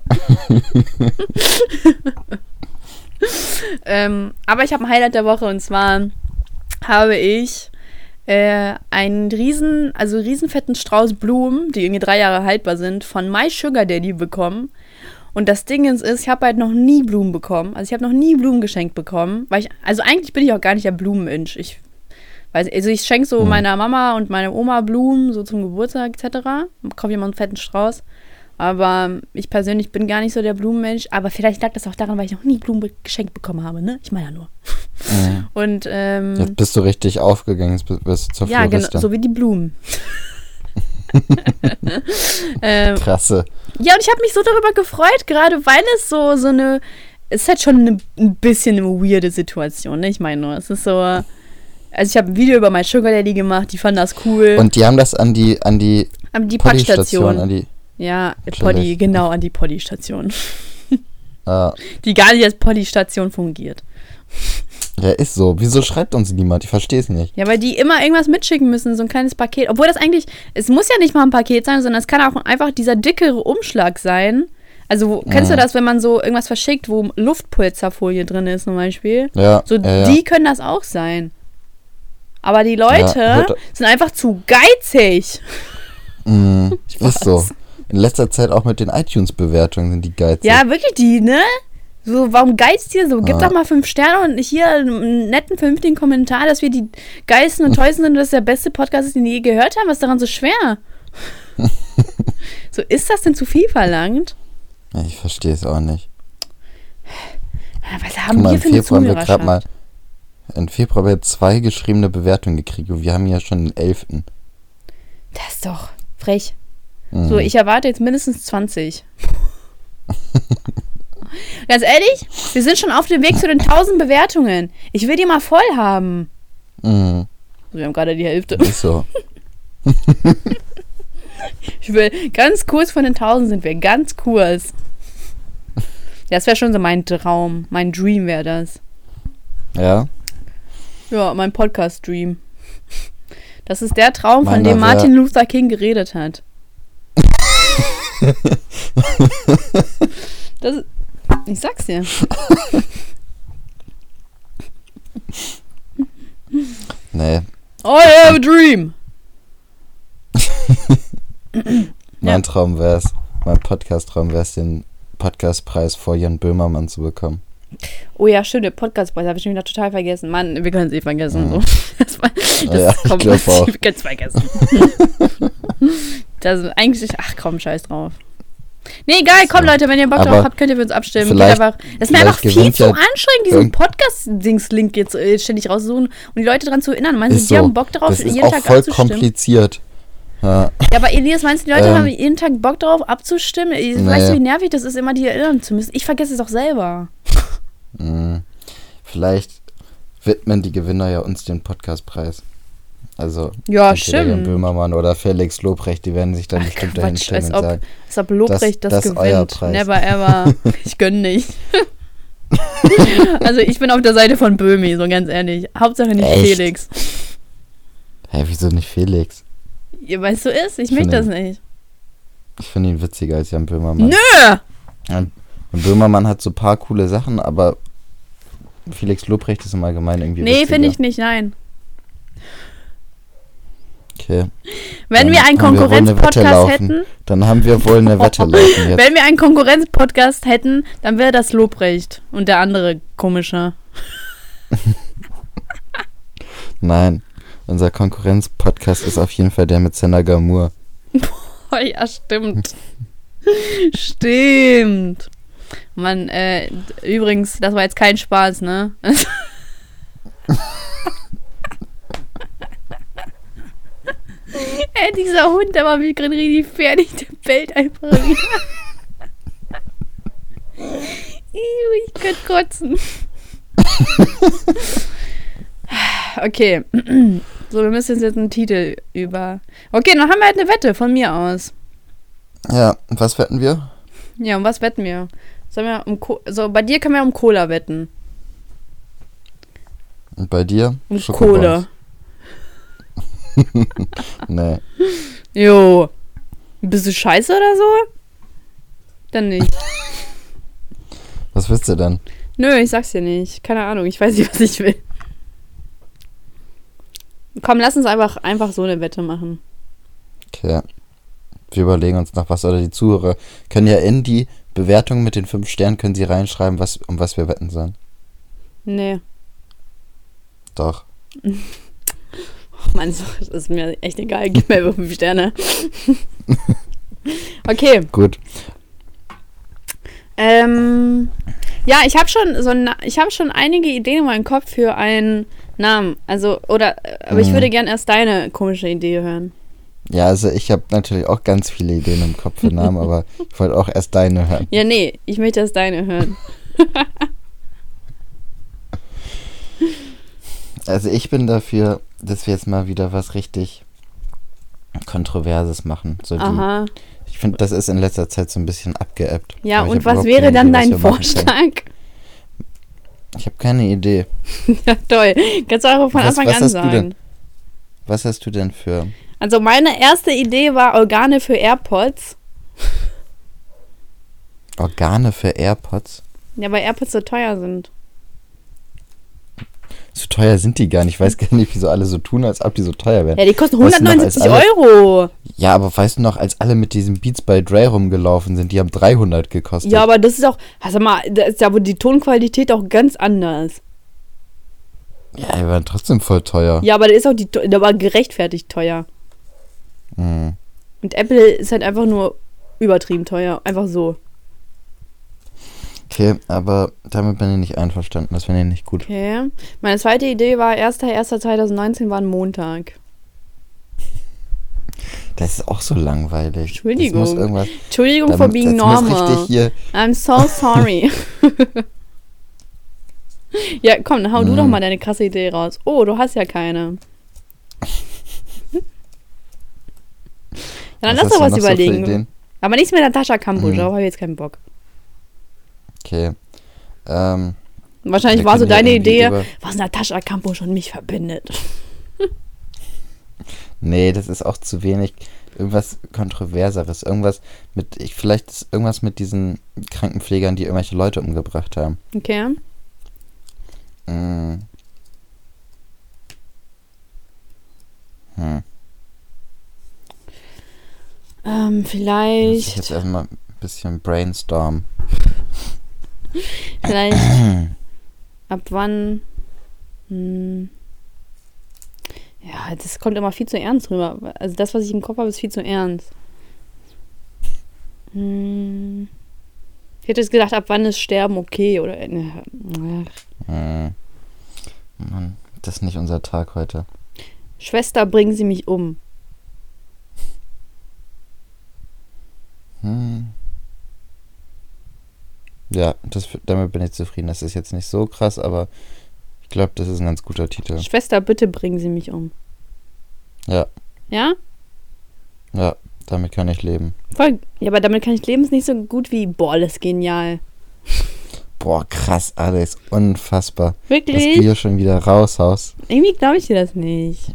Ähm, aber ich habe ein Highlight der Woche und zwar habe ich äh, einen riesen, also riesenfetten Strauß Blumen, die irgendwie drei Jahre haltbar sind, von My Sugar Daddy bekommen. Und das Ding ist, ich habe halt noch nie Blumen bekommen. Also ich habe noch nie Blumen geschenkt bekommen. Weil ich, also eigentlich bin ich auch gar nicht der Blumenmensch. Ich weiß, also ich schenke so Hm. meiner Mama und meiner Oma Blumen, so zum Geburtstag et cetera. Kaufe immer einen fetten Strauß. Aber ich persönlich bin gar nicht so der Blumenmensch. Aber vielleicht lag das auch daran, weil ich noch nie Blumen be- geschenkt bekommen habe, ne? Ich meine ja nur. Mhm. Und, ähm, Jetzt bist du richtig aufgegangen, jetzt bist du zur ja, genau, Floristin. so wie die Blumen. ähm, Krasse. Ja, und ich habe mich so darüber gefreut, gerade weil es so, so eine, es ist halt schon eine, ein bisschen eine weirde Situation, ne? Ich meine nur, es ist so, also ich habe ein Video über mein Sugar Daddy gemacht, die fanden das cool. Und die haben das an die, an die, an die Poddy-Station. An die ja, Poddy, genau, an die Poddy-Station. Ah. Die gar nicht als Poddy-Station fungiert. Ja, ist so. Wieso schreibt uns niemand? Ich verstehe es nicht. Ja, weil die immer irgendwas mitschicken müssen, so ein kleines Paket. Obwohl das eigentlich, es muss ja nicht mal ein Paket sein, sondern es kann auch einfach dieser dickere Umschlag sein. Also, wo, mhm. kennst du das, wenn man so irgendwas verschickt, wo Luftpolsterfolie drin ist zum Beispiel? Ja. So, ja, die ja. können das auch sein. Aber die Leute ja, sind einfach zu geizig. Mhm, ist so. In letzter Zeit auch mit den iTunes-Bewertungen sind die geizig. Ja, wirklich die, ne? So, warum geizt ihr so? Gib ah. doch mal fünf Sterne und hier einen netten, vernünftigen Kommentar, dass wir die geilsten und tollsten sind und dass der beste Podcast ist, den wir je gehört haben. Was ist daran so schwer? So, ist das denn zu viel verlangt? Ja, ich verstehe es auch nicht. Was haben Guck mal, wir für im eine Februar haben wir gerade Zuhörerschaft? mal Im Februar haben wir zwei geschriebene Bewertungen gekriegt und wir haben ja schon den elften Das ist doch frech. Mhm. So, ich erwarte jetzt mindestens zwanzig. Ganz ehrlich, wir sind schon auf dem Weg zu den tausend Bewertungen. Ich will die mal voll haben. Mhm. Wir haben gerade die Hälfte. Ist so. Ich will, ganz kurz von den tausend sind wir, ganz kurz. Das wäre schon so mein Traum, mein Dream wäre das. Ja? Ja, mein Podcast-Dream. Das ist der Traum, von Meiner dem Martin Luther King geredet hat. Das ist, ich sag's dir. Nee. I have a dream. Mein Ja. Traum wär's, mein Podcast-Traum wär's, den Podcastpreis vor Jan Böhmermann zu bekommen. Oh ja, stimmt, der Podcastpreis habe ich schon wieder total vergessen. Mann, wir können es eh vergessen. Mhm. So. Das war, das Ja, ich kommt glaub auch. Wir können es vergessen. Das ist eigentlich, ach komm, scheiß drauf. Nee, egal, komm So. Leute, wenn ihr Bock Aber drauf habt, könnt ihr für uns abstimmen. Geht vielleicht- einfach, das ist mir einfach vielleicht viel gewinnt zu ja anstrengend, diesen irgend- Podcast-Dings-Link jetzt äh, ständig rauszusuchen und die Leute daran zu erinnern. Meinst du, Ist die so. haben Bock drauf, Das ist jeden auch Tag voll abzustimmen? kompliziert. Ja. Ja, aber Elias, meinst du, die Leute Ähm, haben jeden Tag Bock drauf abzustimmen? Ich- nee. Weißt du, wie nervig das ist, immer die erinnern zu müssen? Ich vergesse es auch selber. Mh. Vielleicht widmen die Gewinner ja uns den Podcastpreis. Also Ja, entweder Jan stimmt. Böhmermann oder Felix Lobrecht, die werden sich dann Ach, bestimmt Quatsch, dahinstellen als und ob, sagen, als ob Lobrecht das, das ist euer gewinnt. Preis. Never ever. Ich gönn nicht. Also ich bin auf der Seite von Böhmi, so ganz ehrlich. Hauptsache nicht Echt? Felix. hä, wieso nicht Felix? Ihr weißt, so ist. Ich Ich möchte das finde- nicht. Ich finde ihn witziger als Jan Böhmermann. Nö! Jan Böhmermann hat so ein paar coole Sachen, aber Felix Lobrecht ist im Allgemeinen irgendwie Nee, witziger. finde ich nicht, nein. Okay. Wenn Dann wir einen haben wir wohl eine Wette Konkurrenz-Podcast laufen. hätten, Dann haben wir wohl eine Wette laufen jetzt. wenn wir einen Konkurrenz-Podcast hätten, dann wäre das Lobrecht und der andere komische. Nein, unser Konkurrenz-Podcast ist auf jeden Fall der mit Senna Gamur. Oh ja, stimmt. Stimmt. Mann, äh, übrigens, das war jetzt kein Spaß, ne? Ey, dieser Hund, der war mir gerade richtig fertig, der bellt einfach wieder. Iu, ich könnte kotzen. Okay. So, wir müssen jetzt einen Titel über... Okay, dann haben wir halt eine Wette von mir aus. Ja, und was wetten wir? Ja, um was wetten wir? Sollen wir um Co- so, bei dir können wir um Cola wetten. Und bei dir? Um Schokobons. Cola. Nee. Jo. Bist du scheiße oder so? Dann nicht. Was willst du denn? Nö, ich sag's dir nicht. Keine Ahnung, ich weiß nicht, was ich will. Komm, lass uns einfach, einfach so eine Wette machen. Okay. Wir überlegen uns noch was, oder die Zuhörer können ja in die Bewertung mit den fünf Sternen können sie reinschreiben, was, um was wir wetten sollen. Nee. Doch. Oh Mann, so, das ist mir echt egal. Gib mir über fünf Sterne. Okay. Gut. Ähm, ja, ich habe schon so ein, ich habe schon einige Ideen in meinem Kopf für einen Namen. Also, oder, aber ich Mhm. würde gern erst deine komische Idee hören. Ja, also ich habe natürlich auch ganz viele Ideen im Kopf für Namen, aber ich wollte auch erst deine hören. Ja, nee, ich möchte erst deine hören. Also ich bin dafür, dass wir jetzt mal wieder was richtig Kontroverses machen. So die, Aha. ich finde, das ist in letzter Zeit so ein bisschen abgeebbt. Ja, Aber ich und hab was überhaupt wäre keine dann Idee, was dein wir machen können. Vorschlag? Ich habe keine Idee. Ja, toll. Kannst du auch von Was- Anfang was an hast du sagen. denn? Was hast du denn für... Also meine erste Idee war Organe für AirPods. Organe für AirPods? Ja, weil AirPods so teuer sind. So teuer sind die gar nicht. Ich weiß gar nicht, wieso alle so tun, als ob die so teuer wären. Ja, die kosten Weißt du noch, als hundertneunundsiebzig alle- Euro. Ja, aber weißt du noch, als alle mit diesen Beats by Dre rumgelaufen sind, die haben dreihundert gekostet. Ja, aber das ist auch, also mal, da ist ja wohl die Tonqualität auch ganz anders. Ja, die waren trotzdem voll teuer. Ja, aber da ist auch die, da war gerechtfertigt teuer. Mhm. Und Apple ist halt einfach nur übertrieben teuer. Einfach so. Okay, aber damit bin ich nicht einverstanden. Das finde ich nicht gut. Okay. Meine zweite Idee war, erster erster zweitausendneunzehn war ein Montag. Das ist auch so langweilig. Entschuldigung. Das muss irgendwas, Entschuldigung da, for being das muss normal. richtig hier... I'm so sorry. Ja, komm, dann hau du Mhm. doch mal deine krasse Idee raus. Oh, du hast ja keine. Ja, dann Was lass hast doch du was noch so für überlegen. Ideen? Aber nichts mit Natascha Kampusch, Mhm. darauf habe ich jetzt keinen Bock. Okay. Ähm, Wahrscheinlich wir war so können ja deine irgendwie Idee, über- was Natascha Kampusch und mich verbindet. Nee, das ist auch zu wenig. Irgendwas Kontroverseres. Irgendwas mit... Ich, vielleicht ist irgendwas mit diesen Krankenpflegern, die irgendwelche Leute umgebracht haben. Okay. Mm. Hm. Ähm, Muss ich jetzt vielleicht, erstmal ein bisschen brainstorm. vielleicht, ab wann, hm, ja, das kommt immer viel zu ernst rüber. Also das, was ich im Kopf habe, ist viel zu ernst. Hm. Ich hätte jetzt gedacht, ab wann ist Sterben okay, oder, ne, ach. Hm. Mann, das ist nicht unser Tag heute. Schwester, bringen Sie mich um. Hm. Ja, das, damit bin ich zufrieden. Das ist jetzt nicht so krass, aber ich glaube, das ist ein ganz guter Titel. Schwester, bitte bringen Sie mich um. Ja, Ja? ja, damit kann ich leben. Voll, ja, aber damit kann ich leben, ist nicht so gut wie, boah, das ist genial. Boah, krass, Alex, unfassbar. Dass du Wirklich? hier schon wieder raushaust. Irgendwie glaube ich dir das nicht.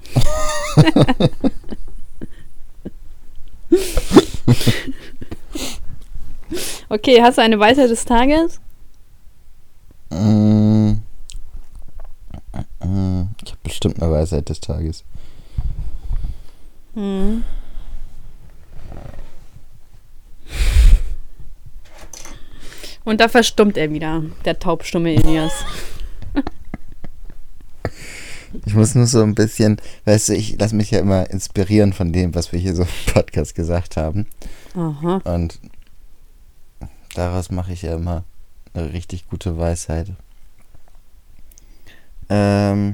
Okay, hast du eine Weisheit des Tages? Mm. Mm. Ich habe bestimmt eine Weisheit des Tages. Hm. Und da verstummt er wieder, der taubstumme Elias. Ich muss nur so ein bisschen, weißt du, ich lasse mich ja immer inspirieren von dem, was wir hier so im Podcast gesagt haben. Aha. Und daraus mache ich ja immer eine richtig gute Weisheit. Ähm,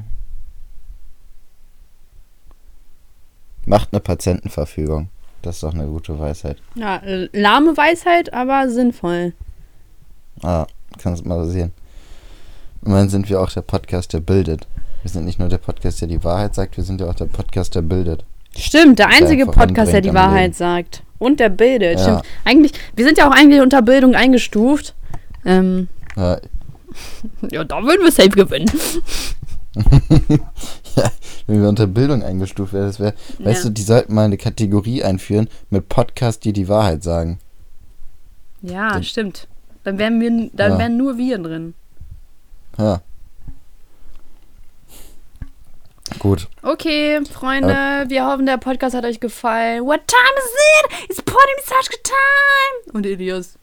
macht eine Patientenverfügung. Das ist doch eine gute Weisheit. Ja, äh, lahme Weisheit, aber sinnvoll. Ah, kannst du mal sehen. Und dann sind wir auch der Podcast, der bildet. Wir sind nicht nur der Podcast, der die Wahrheit sagt, wir sind ja auch der Podcast, der bildet. Stimmt, der einzige einfach Podcast, der die anbringt am Wahrheit Leben. sagt. Und der bildet. Ja. Stimmt. Eigentlich, wir sind ja auch eigentlich unter Bildung eingestuft. Ähm, Ja, ja, da würden wir safe gewinnen. ja, wenn wir unter Bildung eingestuft wären, das wäre, Ja. weißt du, die sollten mal eine Kategorie einführen mit Podcasts, die die Wahrheit sagen. Ja, Den- stimmt. Dann wären wir, dann Ja. wären nur wir drin. Ja. Gut. Okay, Freunde, wir hoffen, der Podcast hat euch gefallen. What time is it? It's Potty Massage time! Und Elias.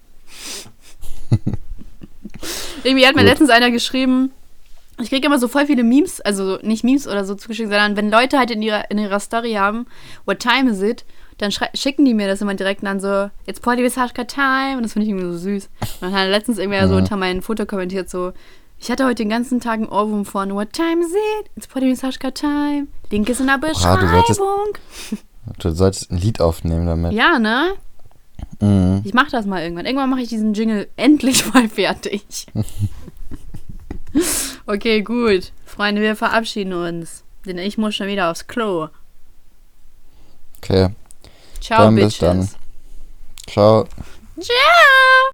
Irgendwie hat mir Gut. letztens einer geschrieben, ich kriege immer so voll viele Memes, also nicht Memes oder so zugeschickt, sondern wenn Leute halt in ihrer, in ihrer Story haben, what time is it? Dann schrei- schicken die mir das immer direkt dann so, it's Potty Massage time. Und das finde ich irgendwie so süß. Und dann hat letztens irgendwer so Mhm. unter mein Foto kommentiert so, ich hatte heute den ganzen Tag einen Ohrwurm von What time is it? It's Potty Massage time. Link ist in der Oha, du solltest- Beschreibung. Du solltest ein Lied aufnehmen damit. Ja, ne? Mhm. Ich mach das mal irgendwann. Irgendwann mache ich diesen Jingle endlich mal fertig. Okay, gut. Freunde, wir verabschieden uns. Denn ich muss schon wieder aufs Klo. Okay. Ciao, Dann bis Bitches. dann. Ciao. Ciao.